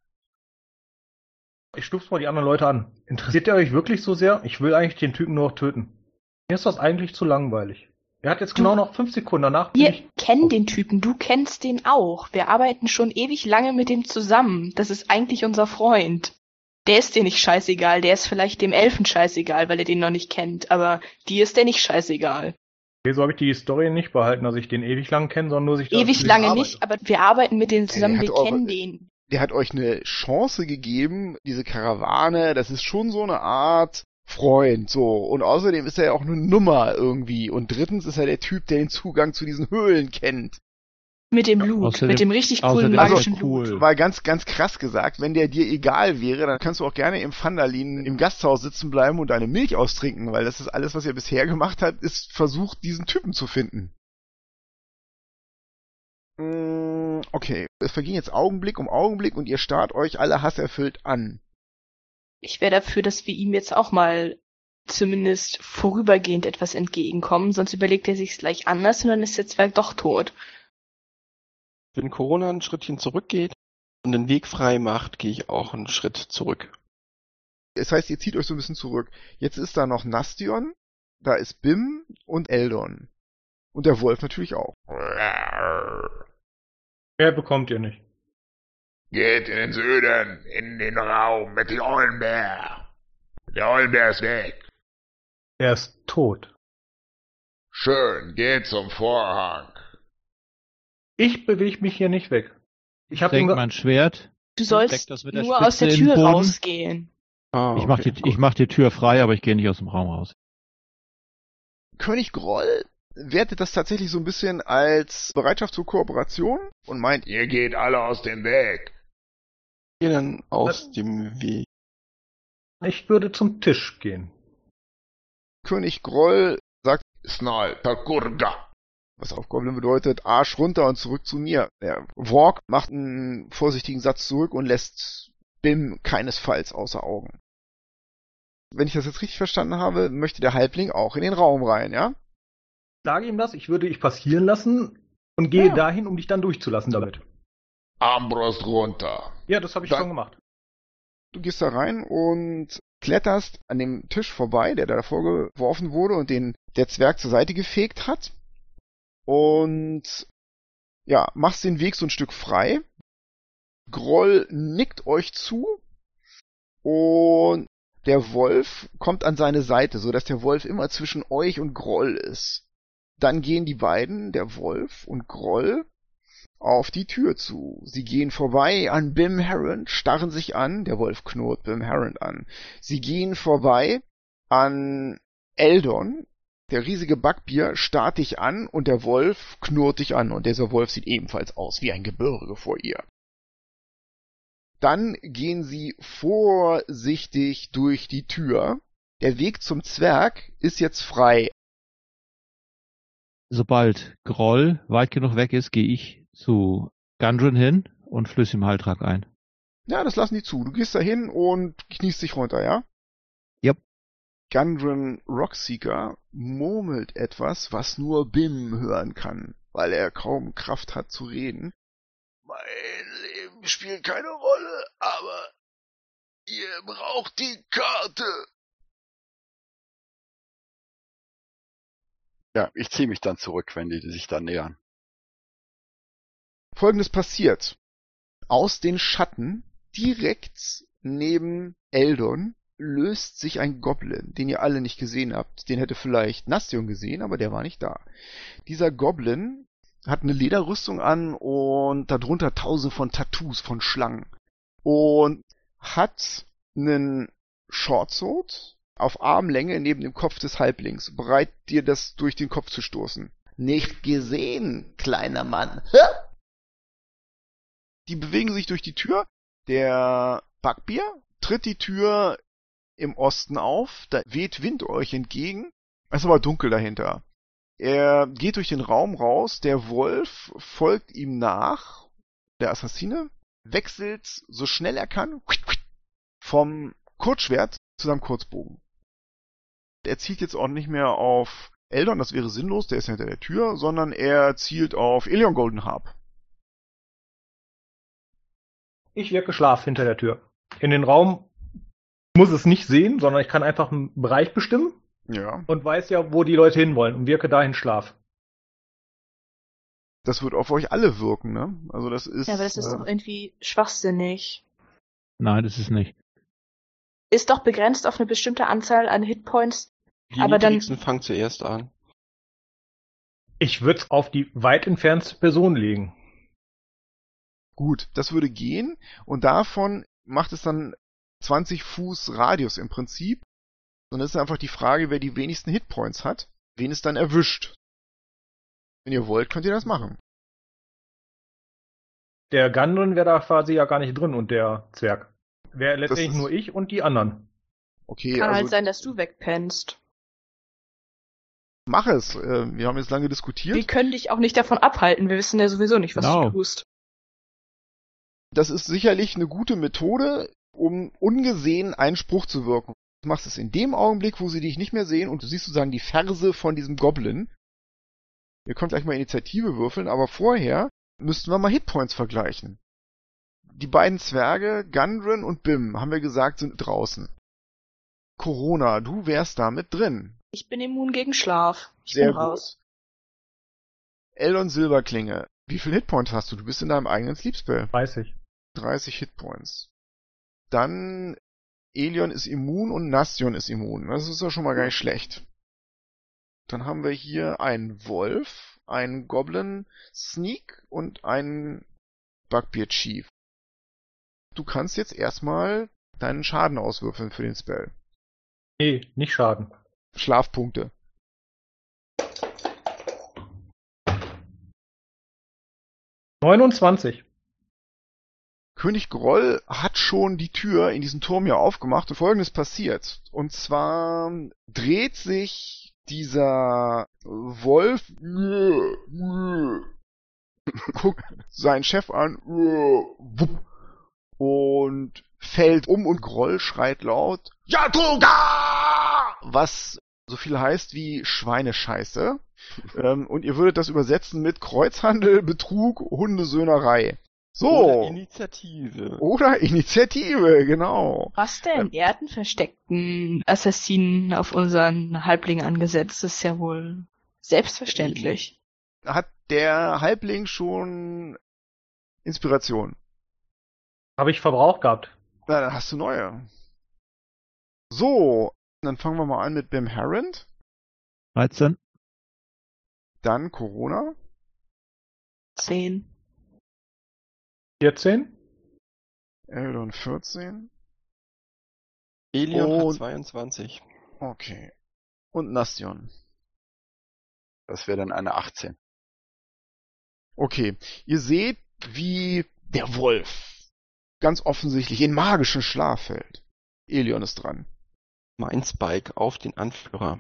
Ich stupse mal die anderen Leute an. Interessiert ihr euch wirklich so sehr? Ich will eigentlich den Typen nur noch töten. Mir ist das eigentlich zu langweilig. Er hat jetzt genau noch 5 Sekunden danach. Wir kennen den Typen, du kennst den auch. Wir arbeiten schon ewig lange mit dem zusammen. Das ist eigentlich unser Freund. Der ist dir nicht scheißegal, der ist vielleicht dem Elfen scheißegal, weil er den noch nicht kennt, aber dir ist der nicht scheißegal. Okay, so habe ich die Story nicht behalten, dass ich den ewig lang kenne, sondern nur sich da Ewig lange nicht, aber wir arbeiten mit denen zusammen, der wir hat kennen den. der hat euch eine Chance gegeben, diese Karawane, das ist schon so eine Art Freund, so. Und außerdem ist er ja auch eine Nummer irgendwie. Und drittens ist er der Typ, der den Zugang zu diesen Höhlen kennt. Mit dem Blut, außerdem- mit dem richtig coolen außerdem- magischen also cool. Blut. Mal ganz krass gesagt, wenn der dir egal wäre, dann kannst du auch gerne im Vandalin im Gasthaus sitzen bleiben und deine Milch austrinken, weil das ist alles, was er bisher gemacht hat, ist versucht, diesen Typen zu finden. Okay, es vergehen jetzt Augenblick um Augenblick und ihr starrt euch alle hasserfüllt an. Ich wäre dafür, dass wir ihm jetzt auch mal zumindest vorübergehend etwas entgegenkommen, sonst überlegt er sich's gleich anders und dann ist der Zwerg doch tot. Wenn Corona ein Schrittchen zurückgeht und den Weg frei macht, gehe ich auch einen Schritt zurück. Das heißt, ihr zieht euch so ein bisschen zurück. Jetzt ist da noch Nastion, da ist Bim und Eldon. Und der Wolf natürlich auch. Mehr bekommt ihr nicht. Geht in den Süden, in den Raum mit dem Eulenbär. Der Eulenbär ist weg. Er ist tot. Schön, geht zum Vorhang. Ich bewege mich hier nicht weg. Ich habe Denk mein Schwert. Du Steck sollst das mit der nur aus der Spitze in den Tür Boden. rausgehen. Ich mach die Tür frei, aber ich gehe nicht aus dem Raum raus. König Groll wertet das tatsächlich so ein bisschen als Bereitschaft zur Kooperation und meint, Ihr geht alle aus dem Weg. Ich gehe dann aus dem Weg. Ich würde zum Tisch gehen. König Groll sagt, Snal Takurga. was auf Goblin bedeutet, Arsch runter und zurück zu mir. Der Walk macht einen vorsichtigen Satz zurück und lässt Bim keinesfalls außer Augen. Wenn ich das jetzt richtig verstanden habe, möchte der Halbling auch in den Raum rein, ja? Ich sage ihm das, ich würde dich passieren lassen und gehe Ja. dahin, um dich dann durchzulassen damit. Armbrust runter. Ja, das habe ich Dann- schon gemacht. Du gehst da rein und kletterst an dem Tisch vorbei, der da davor geworfen wurde und den der Zwerg zur Seite gefegt hat. Und ja, machst den Weg so ein Stück frei. Groll nickt euch zu und der Wolf kommt an seine Seite, so dass der Wolf immer zwischen euch und Groll ist. Dann gehen die beiden, der Wolf und Groll, auf die Tür zu. Sie gehen vorbei an Bim Harrond, starren sich an, der Wolf knurrt Bim Harrond an. Sie gehen vorbei an Eldon, der riesige Backbier starrt dich an und der Wolf knurrt dich an und dieser Wolf sieht ebenfalls aus wie ein Gebirge vor ihr. Dann gehen sie vorsichtig durch die Tür. Der Weg zum Zwerg ist jetzt frei. Sobald Groll weit genug weg ist, gehe ich zu Gundren hin und flüsse ihm Heiltrank ein. Ja, das lassen die zu. Du gehst da hin und kniest dich runter, ja? Yep. Gundren Rockseeker murmelt etwas, was nur Bim hören kann, weil er kaum Kraft hat zu reden. Mein spielen keine Rolle, aber ihr braucht die Karte. Ja, ich ziehe mich dann zurück, wenn die sich da nähern. Folgendes passiert. Aus den Schatten, direkt neben Eldon, löst sich ein Goblin, den ihr alle nicht gesehen habt. Den hätte vielleicht Nastion gesehen, aber der war nicht da. Dieser Goblin hat eine Lederrüstung an und darunter tausende von Tattoos von Schlangen. Und hat einen Shortsword auf Armlänge neben dem Kopf des Halblings, bereit, dir das durch den Kopf zu stoßen. Nicht gesehen, kleiner Mann. Die bewegen sich durch die Tür. Der Bugbear tritt die Tür im Osten auf. Da weht Wind euch entgegen. Es ist aber dunkel dahinter. Er geht durch den Raum raus. Der Wolf folgt ihm nach. Der Assassine wechselt so schnell er kann vom Kurzschwert zu seinem Kurzbogen. Er zielt jetzt auch nicht mehr auf Eldon, das wäre sinnlos, der ist hinter der Tür, sondern er zielt auf Elion Goldenharp. Ich wirke Schlaf hinter der Tür. In den Raum muss es nicht sehen, sondern ich kann einfach einen Bereich bestimmen. Ja. Und weiß ja, wo die Leute hinwollen und wirke dahin Schlaf. Das wird auf euch alle wirken, ne? Also das ist... Ja, aber das ist doch irgendwie schwachsinnig. Nein, das ist nicht. Ist doch begrenzt auf eine bestimmte Anzahl an Hitpoints. Die Aber dann- niedrigsten fangen zuerst an. Ich würde es auf die weit entfernte Person legen. Gut, das würde gehen und davon macht es dann 20 Fuß Radius im Prinzip. Und das ist einfach die Frage, wer die wenigsten Hitpoints hat, wen es dann erwischt. Wenn ihr wollt, könnt ihr das machen. Der Gundren wäre da quasi ja gar nicht drin und der Zwerg. Wäre letztendlich ist- nur ich und die anderen. Okay, Kann also halt sein, dass du wegpennst. mach es. Wir haben jetzt lange diskutiert. Wir können dich auch nicht davon abhalten. Wir wissen ja sowieso nicht, was Genau. du tust. Das ist sicherlich eine gute Methode, um ungesehen einen Spruch zu wirken. Du machst es in dem Augenblick, wo sie dich nicht mehr sehen und du siehst sozusagen die Ferse von diesem Goblin. Ihr könnt gleich mal Initiative würfeln, aber vorher müssten wir mal Hitpoints vergleichen. Die beiden Zwerge, Gundren und Bim, haben wir gesagt, sind draußen. Corona, du wärst da mit drin. Ich bin immun gegen Schlaf. Ich Sehr bin gut. raus. Eldon Silberklinge, wie viel Hitpoints hast du? Du bist in deinem eigenen Sleepspell. 30. 30 Hitpoints. Dann Elion ist immun und Nastion ist immun. Das ist ja schon mal gar nicht schlecht. Dann haben wir hier einen Wolf, einen Goblin Sneak und einen Bugbear Chief. Du kannst jetzt erstmal deinen Schaden auswürfeln für den Spell. Nee, nicht Schaden. Schlafpunkte. $29. König Groll hat schon die Tür in diesen Turm hier aufgemacht und Folgendes passiert. Und zwar dreht sich dieser Wolf, guckt seinen Chef an und fällt um und Groll schreit laut, Jatruga! Was so viel heißt wie Schweinescheiße. Und ihr würdet das übersetzen mit Kreuzhandel, Betrug, Hundesöhnerei. So. Oder Initiative. Oder Initiative, genau. Was denn? Er hat einen versteckten Assassinen auf unseren Halbling angesetzt. Das ist ja wohl selbstverständlich. Hat der Halbling schon Inspiration? Habe ich verbraucht gehabt. Na, dann hast du neue. So, dann fangen wir mal an mit Bim Harrend, 13. dann Corona, 10. 14. Eldon 14, Elion Und- hat 22. okay. Und Nastion. Das wäre dann eine 18. Okay, ihr seht, wie der Wolf ganz offensichtlich in magischen Schlaf fällt. Elion ist dran. Mein Spike auf den Anführer.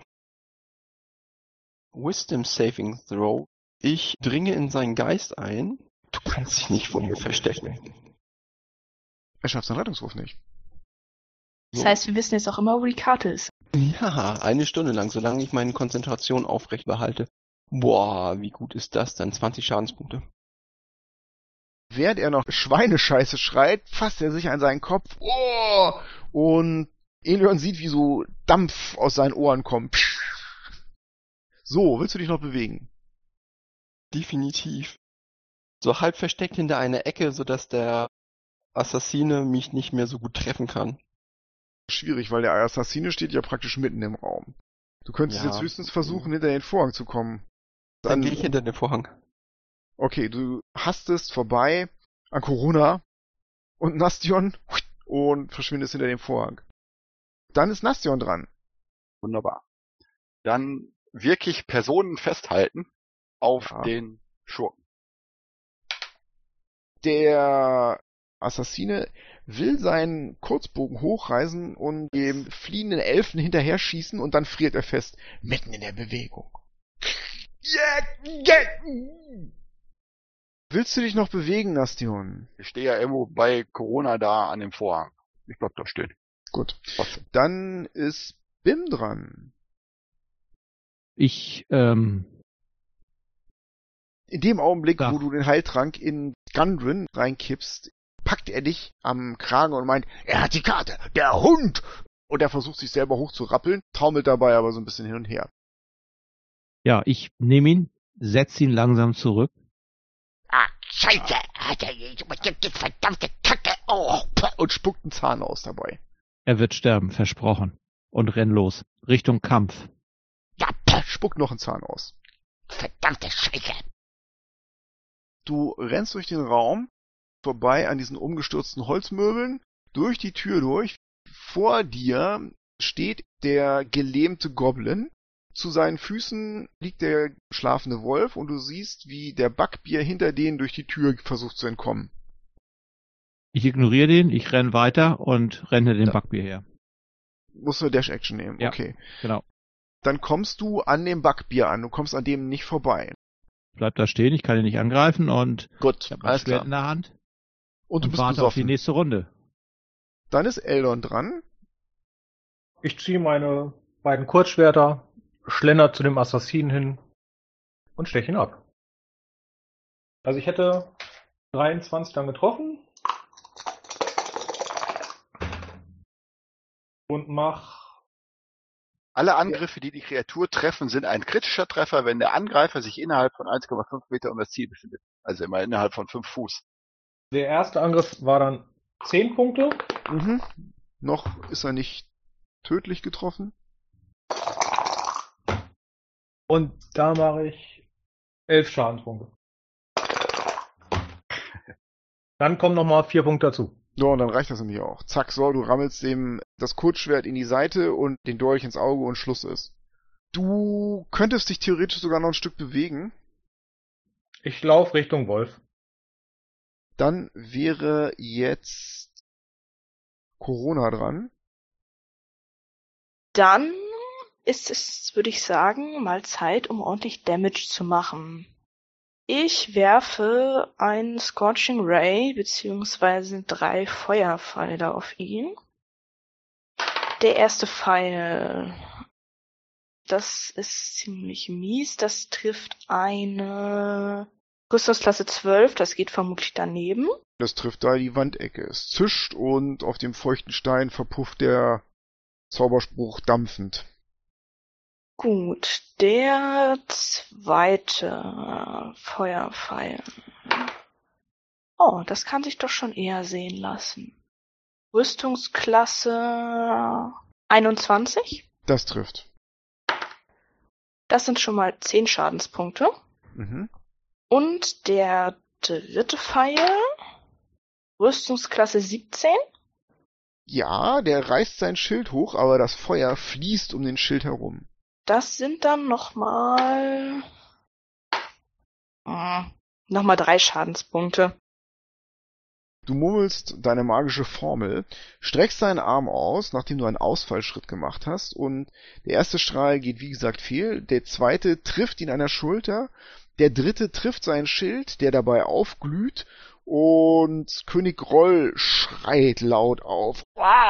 Wisdom Saving Throw. Ich dringe in seinen Geist ein. Du kannst dich nicht vor mir verstecken. Er schafft seinen Rettungswurf nicht. Das heißt, wir wissen jetzt auch immer, wo die Karte ist. Ja, 1 Stunde lang, solange ich meine Konzentration aufrecht behalte. Boah, wie gut ist das dann? 20 Schadenspunkte. Während er noch Schweinescheiße schreit, fasst er sich an seinen Kopf. Oh! Und Elion sieht, wie so Dampf aus seinen Ohren kommt. So, willst du dich noch bewegen? Definitiv. So halb versteckt hinter einer Ecke, sodass der Assassine mich nicht mehr so gut treffen kann. Schwierig, weil der Assassine steht ja praktisch mitten im Raum. Du könntest Ja. jetzt höchstens versuchen, hinter den Vorhang zu kommen. Dann gehe ich hinter den Vorhang. Okay, du hastest vorbei an Corona und Nastion und verschwindest hinter dem Vorhang. Dann ist Nastion dran. Wunderbar. Dann wirklich Personen festhalten auf Ja. den Schurken. Der Assassine will seinen Kurzbogen hochreißen und dem fliehenden Elfen hinterher schießen und dann friert er fest, mitten in der Bewegung. Willst du dich noch bewegen, Nastion? Ich stehe ja irgendwo bei Corona da an dem Vorhang. Ich bleib da stehen. Gut. Trotzdem. Dann ist Bim dran. Ich, In dem Augenblick, Ja. wo du den Heiltrank in Gundren reinkippst, packt er dich am Kragen und meint, er hat die Karte, der Hund! Und er versucht sich selber hochzurappeln, taumelt dabei aber so ein bisschen hin und her. ja, ich nehme ihn, setze ihn langsam zurück. Ah, Scheiße, hat er die verdammte Kacke. Oh, Und spuckt einen Zahn aus dabei. Er wird sterben, versprochen. Und renn los. Richtung Kampf. ja, Spuckt noch einen Zahn aus. verdammte Scheiße. Du rennst durch den Raum, vorbei an diesen umgestürzten Holzmöbeln, durch die Tür durch. Vor dir steht der gelähmte Goblin. Zu seinen Füßen liegt der schlafende Wolf und du siehst, wie der Backbier hinter denen durch die Tür versucht zu entkommen. Ich ignoriere den, ich renn weiter und renne den Ja. Backbier her. Musst du eine Dash-Action nehmen, Ja. okay. Genau. Dann kommst du an dem Backbier an, du kommst an dem nicht vorbei. Bleib da stehen, ich kann ihn nicht angreifen und Gut, ich habe mein Schwert in der Hand Und du und bist warte auf die besoffen. nächste Runde. Dann ist Eldon dran. Ich ziehe meine beiden Kurzschwerter, schlender zu dem Assassinen hin und steche ihn ab. Also ich hätte 23 dann getroffen und mach Alle Angriffe, die die Kreatur treffen, sind ein kritischer Treffer, wenn der Angreifer sich innerhalb von 1,5 Meter um das Ziel befindet. Also immer innerhalb von 5 Fuß. der erste Angriff war dann 10 Punkte. Mhm. Noch ist er nicht tödlich getroffen. Und da mache ich 11 Schadenspunkte. Dann kommen nochmal 4 Punkte dazu. So, und dann reicht das nämlich auch. Zack, so, du rammelst dem das Kurzschwert in die Seite und den Dolch ins Auge und Schluss ist. Du könntest dich theoretisch sogar noch ein Stück bewegen. Ich laufe Richtung Wolf. Dann wäre jetzt Corona dran. Dann ist es, würde ich sagen, mal Zeit, um ordentlich Damage zu machen. Ich werfe einen Scorching Ray beziehungsweise 3 Feuerpfeile auf ihn. Der erste Pfeil, das ist ziemlich mies. Das trifft eine Rüstungsklasse 12, das geht vermutlich daneben. Das trifft da die Wandecke. Es zischt und auf dem feuchten Stein verpufft der Zauberspruch dampfend. Gut, der zweite Feuerpfeil. Oh, das kann sich doch schon eher sehen lassen. Rüstungsklasse 21. Das trifft. Das sind schon mal 10 Schadenspunkte. Mhm. Und der dritte Pfeil, Rüstungsklasse 17. Ja, der reißt sein Schild hoch, aber das Feuer fließt um den Schild herum. Das sind dann nochmal 3 Schadenspunkte. Du murmelst deine magische Formel, streckst deinen Arm aus, nachdem du einen Ausfallschritt gemacht hast, und der erste Strahl geht wie gesagt fehl, der zweite trifft ihn an der Schulter, der dritte trifft sein Schild, der dabei aufglüht, und König Groll schreit laut auf.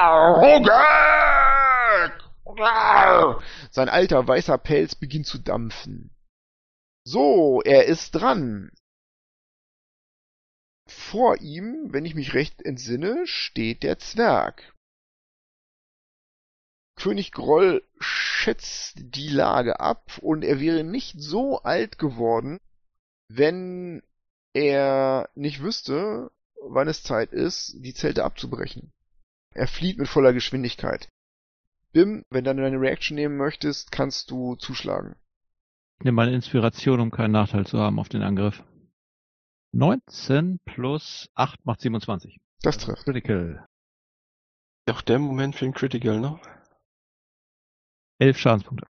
Sein alter weißer Pelz beginnt zu dampfen. So, er ist dran. vor ihm, wenn ich mich recht entsinne, steht der Zwerg. König Groll schätzt die Lage ab und er wäre nicht so alt geworden, wenn er nicht wüsste, wann es Zeit ist, die Zelte abzubrechen. Er flieht mit voller Geschwindigkeit. Bim, wenn du deine Reaction nehmen möchtest, kannst du zuschlagen. Nimm mal eine Inspiration, um keinen Nachteil zu haben auf den Angriff. 19 plus 8 macht 27. Das trifft. Critical. Doch der Moment für den Critical, ne? 11 Schadenspunkte.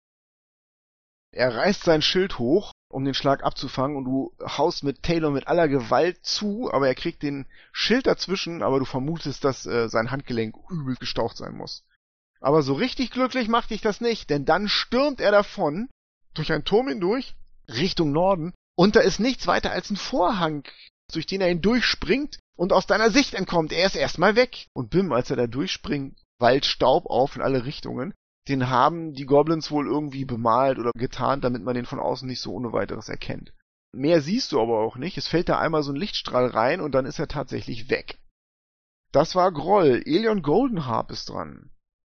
Er reißt sein Schild hoch, um den Schlag abzufangen, und du haust mit Taylor mit aller Gewalt zu, aber er kriegt den Schild dazwischen, aber du vermutest, dass sein Handgelenk übel gestaucht sein muss. Aber so richtig glücklich macht dich das nicht, denn dann stürmt er davon, durch einen Turm hindurch, Richtung Norden, und da ist nichts weiter als ein Vorhang, durch den er hindurchspringt und aus deiner Sicht entkommt. Er ist erstmal weg. Und Bim, als er da durchspringt, wallt Staub auf in alle Richtungen. Den haben die Goblins wohl irgendwie bemalt oder getarnt, damit man den von außen nicht so ohne weiteres erkennt. Mehr siehst du aber auch nicht. Es fällt da einmal so ein Lichtstrahl rein und dann ist er tatsächlich weg. Das war Groll. Elion Goldenharp ist dran.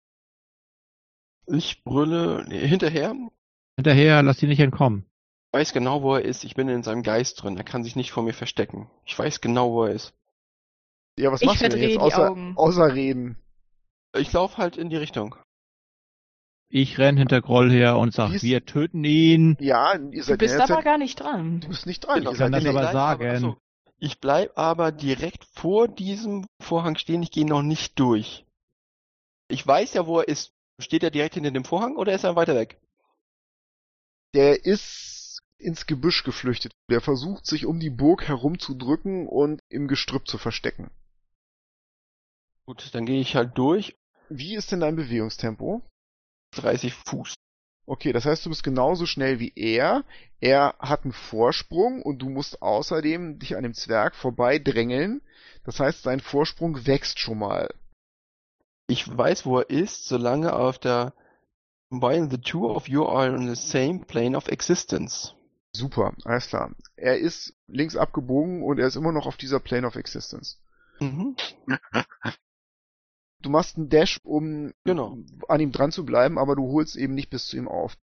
Ich brülle hinterher. Hinterher, lass ihn nicht entkommen. Ich weiß genau, wo er ist. Ich bin in seinem Geist drin. Er kann sich nicht vor mir verstecken. Ich weiß genau, wo er ist. Ja, was Ich machst du denn verdrehe jetzt die Augen. außer reden? Ich laufe halt in die Richtung. Ich renn hinter Groll her und sag, wir töten ihn. Ja, ihr Du seid bist in der aber Zeit, gar nicht dran. du bist nicht dran. Genau. Ihr kann seid das in der- aber sagen. Ich bleib aber direkt vor diesem Vorhang stehen. Ich gehe noch nicht durch. Ich weiß ja, wo er ist. Steht er direkt hinter dem Vorhang oder ist er weiter weg? Der ist ins Gebüsch geflüchtet. Der versucht, sich um die Burg herumzudrücken und im Gestrüpp zu verstecken. Gut, dann gehe ich halt durch. Wie ist denn dein Bewegungstempo? 30 Fuß. Okay, das heißt, du bist genauso schnell wie er. Er hat einen Vorsprung und du musst außerdem dich an dem Zwerg vorbeidrängeln. Das heißt, sein Vorsprung wächst schon mal. Ich weiß, wo er ist, solange auf der While the two of you are on the same plane of existence. Super, alles klar. Er ist links abgebogen und er ist immer noch auf dieser Plane of Existence. Mhm. Du machst einen Dash, um Genau. an ihm dran zu bleiben, aber du holst eben nicht bis zu ihm auf.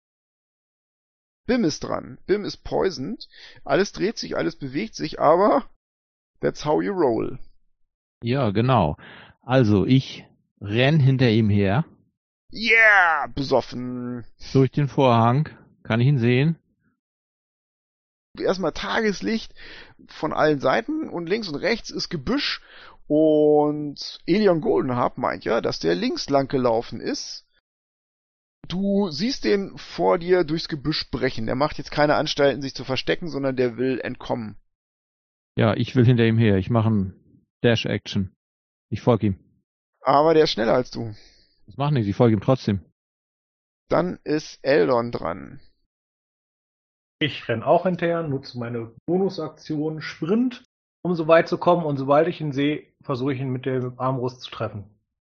Bim ist dran. Bim ist poisoned. Alles dreht sich, alles bewegt sich, aber that's how you roll. Ja, genau. Also, ich renn hinter ihm her, Yeah! Besoffen. durch den Vorhang. Kann ich ihn sehen? Erstmal Tageslicht von allen Seiten und links und rechts ist Gebüsch und Elion Goldenharp meint ja, dass der links lang gelaufen ist. Du siehst den vor dir durchs Gebüsch brechen. Der macht jetzt keine Anstalten, sich zu verstecken, sondern der will entkommen. Ja, ich will hinter ihm her. Ich mache einen Dash-Action. Ich folge ihm. Aber der ist schneller als du. Das macht nichts, ich folge ihm trotzdem. Dann ist Eldon dran. Ich renn auch hinterher, nutze meine Bonusaktion Sprint, um so weit zu kommen, und sobald ich ihn sehe, versuche ich ihn mit der Armbrust zu treffen.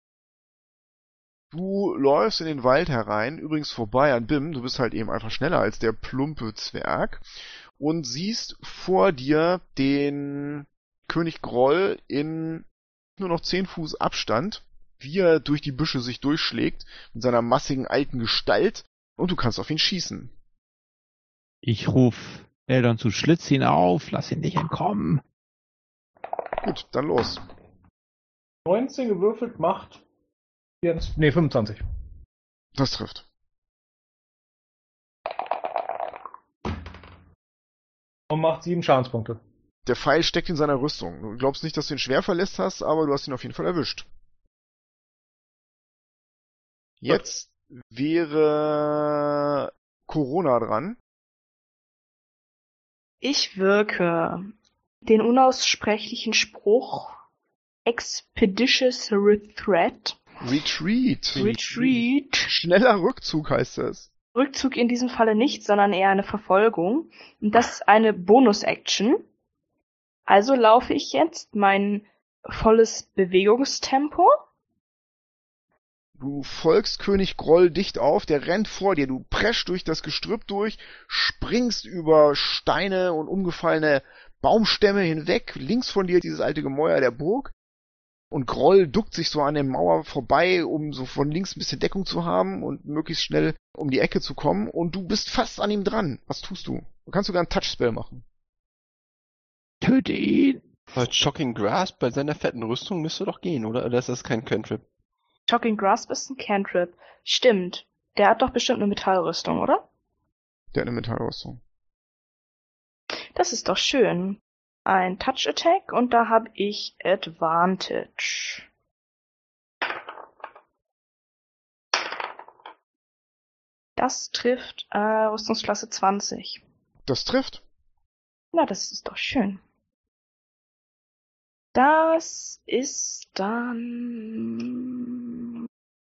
Du läufst in den Wald herein, übrigens vorbei an Bim, du bist halt eben einfach schneller als der plumpe Zwerg, und siehst vor dir den König Groll in nur noch 10 Fuß Abstand, wie er durch die Büsche sich durchschlägt, mit seiner massigen alten Gestalt, und du kannst auf ihn schießen. Ich ruf Eldon zu, schlitz ihn auf, lass ihn nicht entkommen. Gut, dann los. 19 gewürfelt macht 25. Das trifft. Und macht 7 Schadenspunkte. Der Pfeil steckt in seiner Rüstung. Du glaubst nicht, dass du ihn schwer verletzt hast, aber du hast ihn auf jeden Fall erwischt. Jetzt wäre Corona dran. Ich wirke den unaussprechlichen Spruch Expeditious Retreat. Retreat. Schneller Rückzug heißt das. Rückzug in diesem Falle nicht, sondern eher eine Verfolgung. Und das ist eine Bonus-Action. Also laufe ich jetzt mein volles Bewegungstempo. Du folgst König Groll dicht auf, der rennt vor dir, du preschst durch das Gestrüpp durch, springst über Steine und umgefallene Baumstämme hinweg, links von dir dieses alte Gemäuer der Burg. Und Groll duckt sich so an der Mauer vorbei, um so von links ein bisschen Deckung zu haben und möglichst schnell um die Ecke zu kommen. Und du bist fast an ihm dran. Was tust du? Du kannst sogar einen Touchspell machen. Töte ihn! Bei Shocking Grasp bei seiner fetten Rüstung müsste doch gehen, oder? Oder ist das kein Cantrip? Shocking Grasp ist ein Cantrip. Stimmt. Der hat doch bestimmt eine Metallrüstung, oder? Der hat eine Metallrüstung. Das ist doch schön. Ein Touch Attack und da habe ich Advantage. Das trifft Rüstungsklasse 20. Das trifft. Na, das ist doch schön. Das ist dann...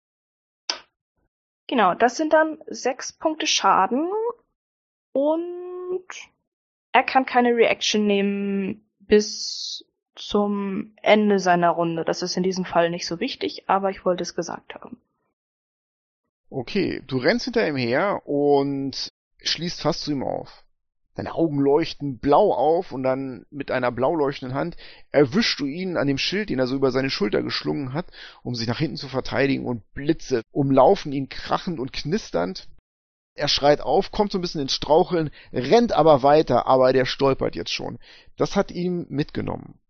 Genau, das sind dann 6 Punkte Schaden und er kann keine Reaction nehmen bis zum Ende seiner Runde. Das ist in diesem Fall nicht so wichtig, aber ich wollte es gesagt haben. Okay, du rennst hinter ihm her und schließt fast zu ihm auf. Deine Augen leuchten blau auf und dann mit einer blau leuchtenden Hand erwischst du ihn an dem Schild, den er so über seine Schulter geschlungen hat, um sich nach hinten zu verteidigen, und Blitze umlaufen ihn krachend und knisternd. Er schreit auf, kommt so ein bisschen ins Straucheln, rennt aber weiter, aber der stolpert jetzt schon. Das hat ihn mitgenommen.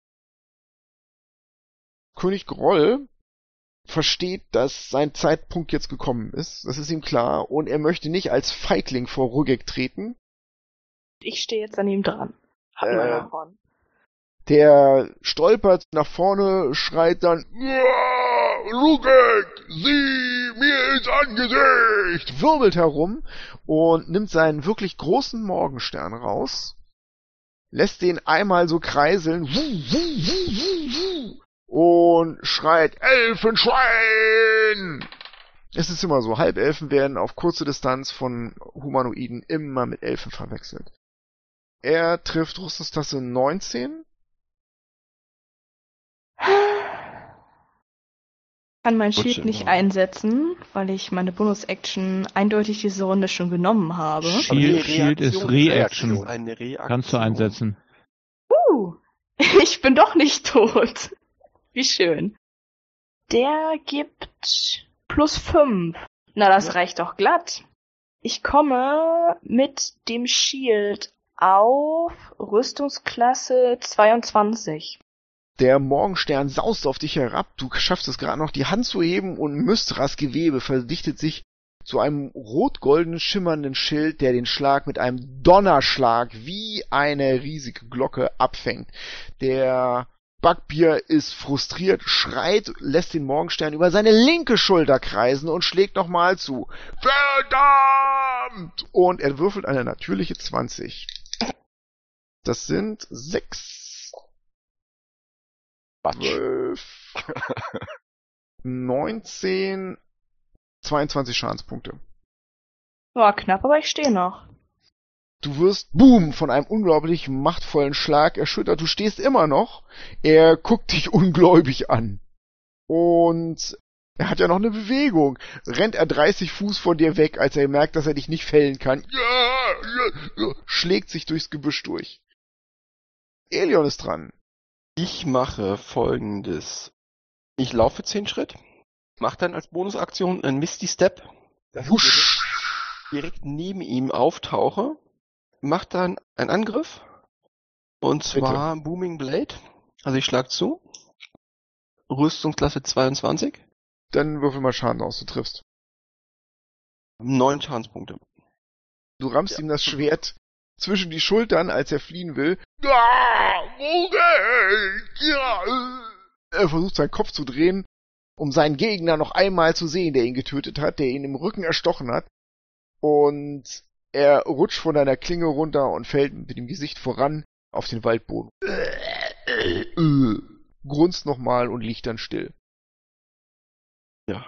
König Groll versteht, dass sein Zeitpunkt jetzt gekommen ist. Das ist ihm klar und er möchte nicht als Feigling vor Rugek treten. Ich stehe jetzt an ihm dran. Hatten wir davon. Der stolpert nach vorne, schreit dann, ja, Rugek, sieh mir ins Angesicht, wirbelt herum und nimmt seinen wirklich großen Morgenstern raus, lässt den einmal so kreiseln und schreit, Elfenschwein! Es ist immer so, Halbelfen werden auf kurze Distanz von Humanoiden immer mit Elfen verwechselt. Er trifft Rüstungsklasse 19. Kann mein Schild nicht einsetzen, weil ich meine Bonus-Action eindeutig diese Runde schon genommen habe. Shield ist Reaction. Eine Reaktion. Kannst du einsetzen. Ich bin doch nicht tot. Wie schön. Der gibt +5. Na, das reicht doch glatt. Ich komme mit dem Shield auf Rüstungsklasse 22. Der Morgenstern saust auf dich herab, du schaffst es gerade noch, die Hand zu heben und Mystras Gewebe verdichtet sich zu einem rot-golden schimmernden Schild, der den Schlag mit einem Donnerschlag wie eine riesige Glocke abfängt. Der Bugbear ist frustriert, schreit, lässt den Morgenstern über seine linke Schulter kreisen und schlägt nochmal zu. Verdammt! Und er würfelt eine natürliche 20. Das sind 6, 12, 19, 22 Schadenspunkte. War knapp, aber ich stehe noch. Du wirst, boom, von einem unglaublich machtvollen Schlag erschüttert. Du stehst immer noch. Er guckt dich ungläubig an. Und er hat ja noch eine Bewegung. Rennt er 30 Fuß von dir weg, als er merkt, dass er dich nicht fällen kann. Schlägt sich durchs Gebüsch durch. Elion ist dran. Ich mache Folgendes. Ich laufe 10 Schritt, mache dann als Bonusaktion einen Misty Step, dass ich direkt neben ihm auftauche, mache dann einen Angriff, und zwar Booming Blade. Also ich schlag zu. Rüstungsklasse 22. Dann würfel mal Schaden aus, du triffst. 9 Schadenspunkte. Du rammst ihm das Schwert zwischen die Schultern, als er fliehen will. Er versucht seinen Kopf zu drehen, um seinen Gegner noch einmal zu sehen, der ihn getötet hat, der ihn im Rücken erstochen hat. Und er rutscht von deiner Klinge runter und fällt mit dem Gesicht voran auf den Waldboden. Grunzt nochmal und liegt dann still. Ja.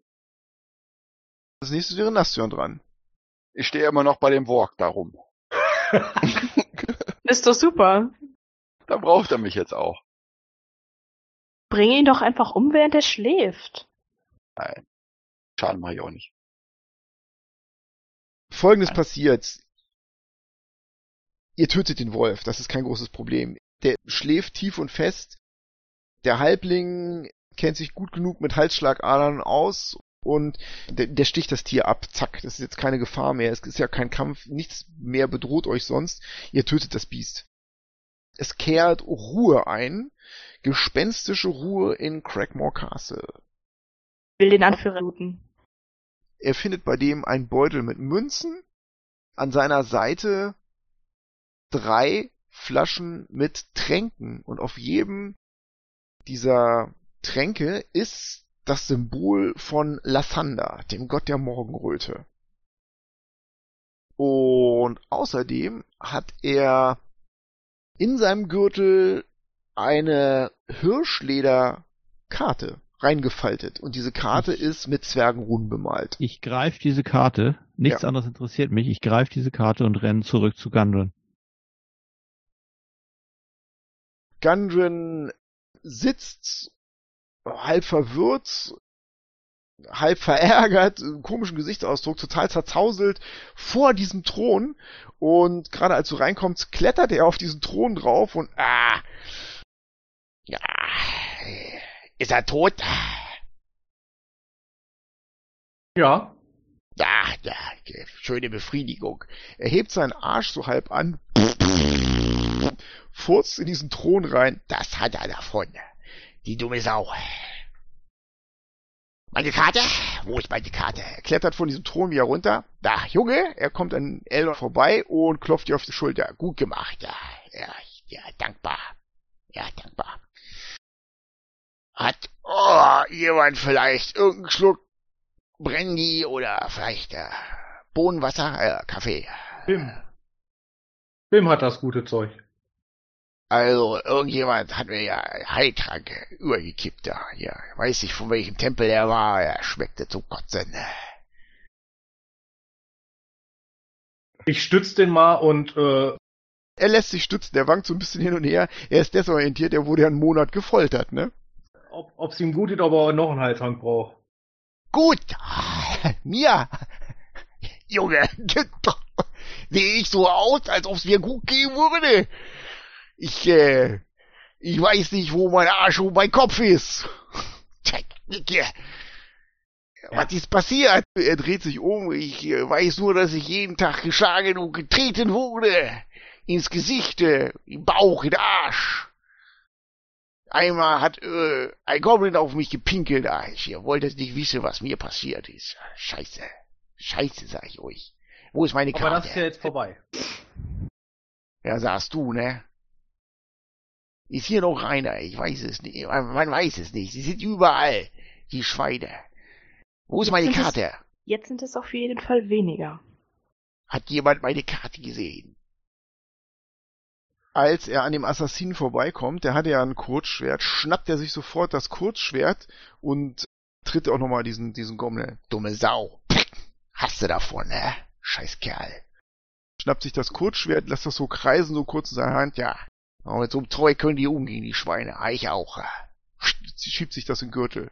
Das nächste wäre Nastion dran. Ich stehe immer noch bei dem Walk darum. Ist doch super. Da braucht er mich jetzt auch. Bring ihn doch einfach um, während er schläft. Nein. Schaden mache ich auch nicht. Folgendes passiert. Ihr tötet den Wolf, das ist kein großes Problem. Der schläft tief und fest. Der Halbling kennt sich gut genug mit Halsschlagadern aus und der sticht das Tier ab. Zack, das ist jetzt keine Gefahr mehr. Es ist ja kein Kampf, nichts mehr bedroht euch sonst. Ihr tötet das Biest. Es kehrt Ruhe ein, gespenstische Ruhe in Craigmore Castle. Will den Anführer looten. Er findet bei dem einen Beutel mit Münzen, an seiner Seite 3 Flaschen mit Tränken und auf jedem dieser Tränke ist das Symbol von Lathander, dem Gott der Morgenröte. Und außerdem hat er in seinem Gürtel eine Hirschlederkarte reingefaltet. Und diese Karte ist mit Zwergenrunen bemalt. Ich greife diese Karte, nichts anderes interessiert mich, ich greife diese Karte und renne zurück zu Gundren. Gundren sitzt halb verwirrt, halb verärgert, einen komischen Gesichtsausdruck, total zerzauselt vor diesem Thron und gerade als du reinkommst, klettert er auf diesen Thron drauf und Ja, ist er tot? Ja. Ja, schöne Befriedigung. er hebt seinen Arsch so halb an, furzt in diesen Thron rein. Das hat er davon. Die dumme Sau. Meine Karte? Wo ist meine Karte? Er klettert von diesem Thron wieder runter. Da, Junge, er kommt an Eldon vorbei und klopft dir auf die Schulter. Gut gemacht. Ja, dankbar. Ja, dankbar. Hat jemand vielleicht irgendeinen Schluck Brandy oder vielleicht Bohnenwasser, Kaffee? Bim hat das gute Zeug. Also, irgendjemand hat mir ja Heiltrank übergekippt da. Ja, weiß nicht, von welchem Tempel er war. Er schmeckte zum Kotzen. Ich stütze den mal und Er lässt sich stützen, der wankt so ein bisschen hin und her. Er ist desorientiert, er wurde ja einen Monat gefoltert, ne? ob's ihm gut geht, ob er noch einen Heiltrank braucht. Gut. Mir? Junge, sehe ich so aus, als ob es mir gut gehen würde? Ich weiß nicht, wo mein Arsch und mein Kopf ist. Was ist passiert? Er dreht sich um, ich weiß nur, dass ich jeden Tag geschlagen und getreten wurde. Ins Gesicht, im Bauch, in den Arsch. Einmal hat ein Goblin auf mich gepinkelt. Ihr wolltet nicht wissen, was mir passiert ist. Scheiße, sag ich euch. Wo ist meine Karte? Aber das ist ja jetzt vorbei. Ja, sagst du, ne? Ist hier noch einer? Ich weiß es nicht. Man weiß es nicht. Sie sind überall, die Schweine. Wo ist meine Karte? Jetzt sind es auf jeden Fall weniger. Hat jemand meine Karte gesehen? Als er an dem Assassinen vorbeikommt, der hatte ja ein Kurzschwert, schnappt er sich sofort das Kurzschwert und tritt auch nochmal diesen Goblin. Dumme Sau. Hast du davon, ne? Scheiß Kerl. Schnappt sich das Kurzschwert, lässt das so kreisen, so kurz in seiner Hand. Ja, aber mit so einem Zeug können die umgehen, die Schweine. Ich auch. Sie schiebt sich das in den Gürtel.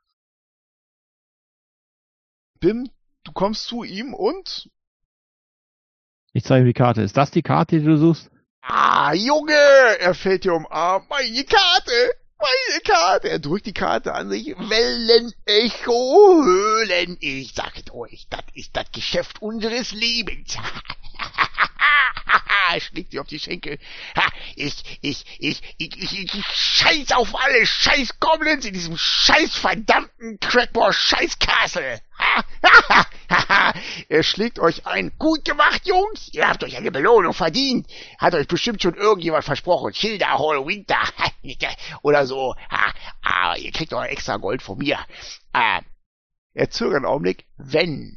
Bim, du kommst zu ihm und? Ich zeige ihm die Karte. Ist das die Karte, die du suchst? Junge! Er fällt dir um den Arm. Meine Karte! Er drückt die Karte an sich. Wellenecho Höhlen. Ich sag euch, das ist das Geschäft unseres Lebens. Schlägt sie auf die Schenkel. Ich scheiß auf alle scheiß Goblins in diesem scheiß verdammten Craigmore scheiß Castle. Er schlägt euch ein. Gut gemacht, Jungs. Ihr habt euch eine Belohnung verdient. Hat euch bestimmt schon irgendjemand versprochen. Hilda Hall Winter. Oder so. Aber ihr kriegt euer extra Gold von mir. Er zögert einen Augenblick. Wenn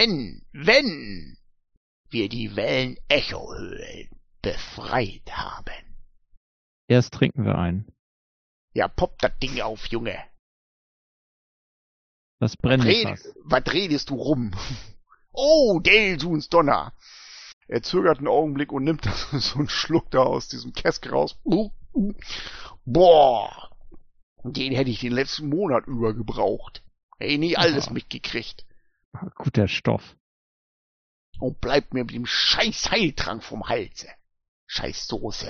wir die Wellenecho-Höhlen befreit haben. Erst trinken wir einen. Ja, poppt das Ding auf, Junge. Das brennt fast. Was redest du rum? Oh, Delsuns Donner. Er zögert einen Augenblick und nimmt so einen Schluck da aus diesem Käske raus. Boah, den hätte ich den letzten Monat über gebraucht. Hätte nie alles mitgekriegt. Guter Stoff. Und bleibt mir mit dem scheiß Heiltrank vom Halse. Scheiß Soße.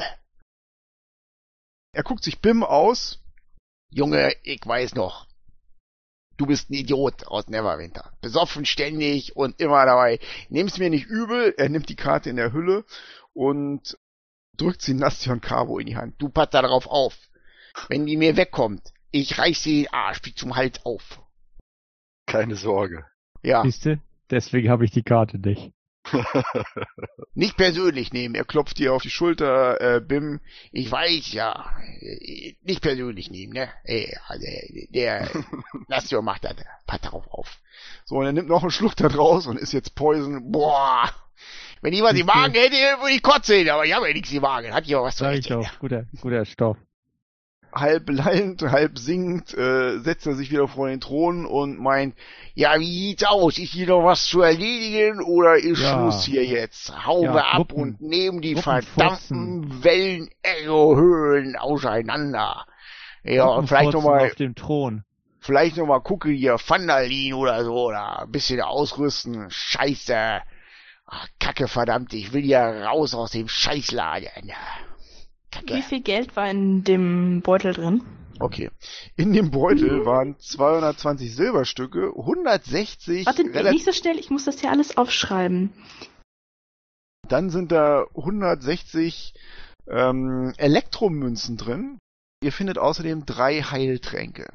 Er guckt sich Bim aus. Junge, ich weiß noch. Du bist ein Idiot aus Neverwinter. Besoffen ständig und immer dabei. Nimm's mir nicht übel. Er nimmt die Karte in der Hülle und drückt sie Nastion Cabo in die Hand. Du passt da drauf auf. Wenn die mir wegkommt, ich reiß sie den Arsch wie zum Hals auf. Keine Sorge. Ja, Siehste? Deswegen habe ich die Karte nicht. nicht persönlich nehmen. Er klopft dir auf die Schulter. Bim, Ich weiß ja. Nicht persönlich nehmen, ne? Der Nastio macht das. Pass darauf auf. so, und er nimmt noch einen Schluck da draus und ist jetzt Poison. Boah. Wenn ich was im Magen hätte, würde ich kotzen. Aber ich habe ja nichts im Magen. Hat hier was zu Sag ich erzählen. doch. Guter Stoff. Halb lallend, halb singend, setzt er sich wieder vor den Thron und meint, Ja, wie sieht's aus? Ist hier noch was zu erledigen oder ist Ja. Schluss hier jetzt? Hauen Ja, wir ab Gruppen- und nehmen die Gruppenfurzen. verdammten Wellen-Echo-Höhlen auseinander. Ja, und vielleicht Gruppenfurzen nochmal auf dem Thron. gucke hier, Vandalin oder so, oder ein bisschen ausrüsten. Scheiße. Ach, Kacke, verdammt, ich will ja raus aus dem Scheißladen. Kacke. Wie viel Geld war in dem Beutel drin? okay, in dem Beutel waren 220 Silberstücke, 160 Warte, nicht so schnell, ich muss das ja alles aufschreiben. dann sind da 160 Elektromünzen drin. Ihr findet außerdem 3 Heiltränke.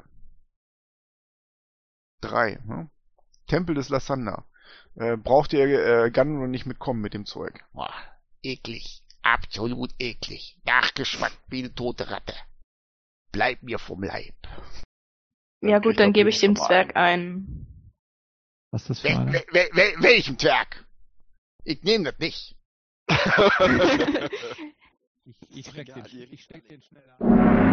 3, ne? Tempel des Lassander. Braucht ihr Gunrun nicht mitkommen mit dem Zeug. Boah, eklig. Absolut eklig. Nachgeschmack wie eine tote Ratte. Bleib mir vom Leib. Ja gut, dann gebe ich dem schon mal Zwerg ein. Was ist das für einer? Welchem Zwerg? Ich nehme das nicht. Ich steck den schnell an.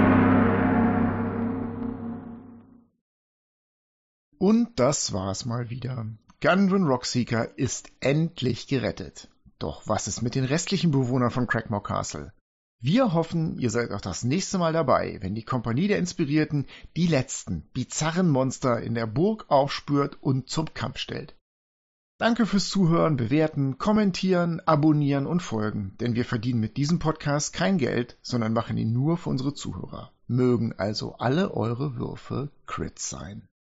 Und das war's mal wieder. Gunrun Rockseeker ist endlich gerettet. Doch was ist mit den restlichen Bewohnern von Crackmore Castle? Wir hoffen, ihr seid auch das nächste Mal dabei, wenn die Kompanie der Inspirierten die letzten bizarren Monster in der Burg aufspürt und zum Kampf stellt. Danke fürs Zuhören, Bewerten, Kommentieren, Abonnieren und Folgen, denn wir verdienen mit diesem Podcast kein Geld, sondern machen ihn nur für unsere Zuhörer. Mögen also alle eure Würfe Crits sein.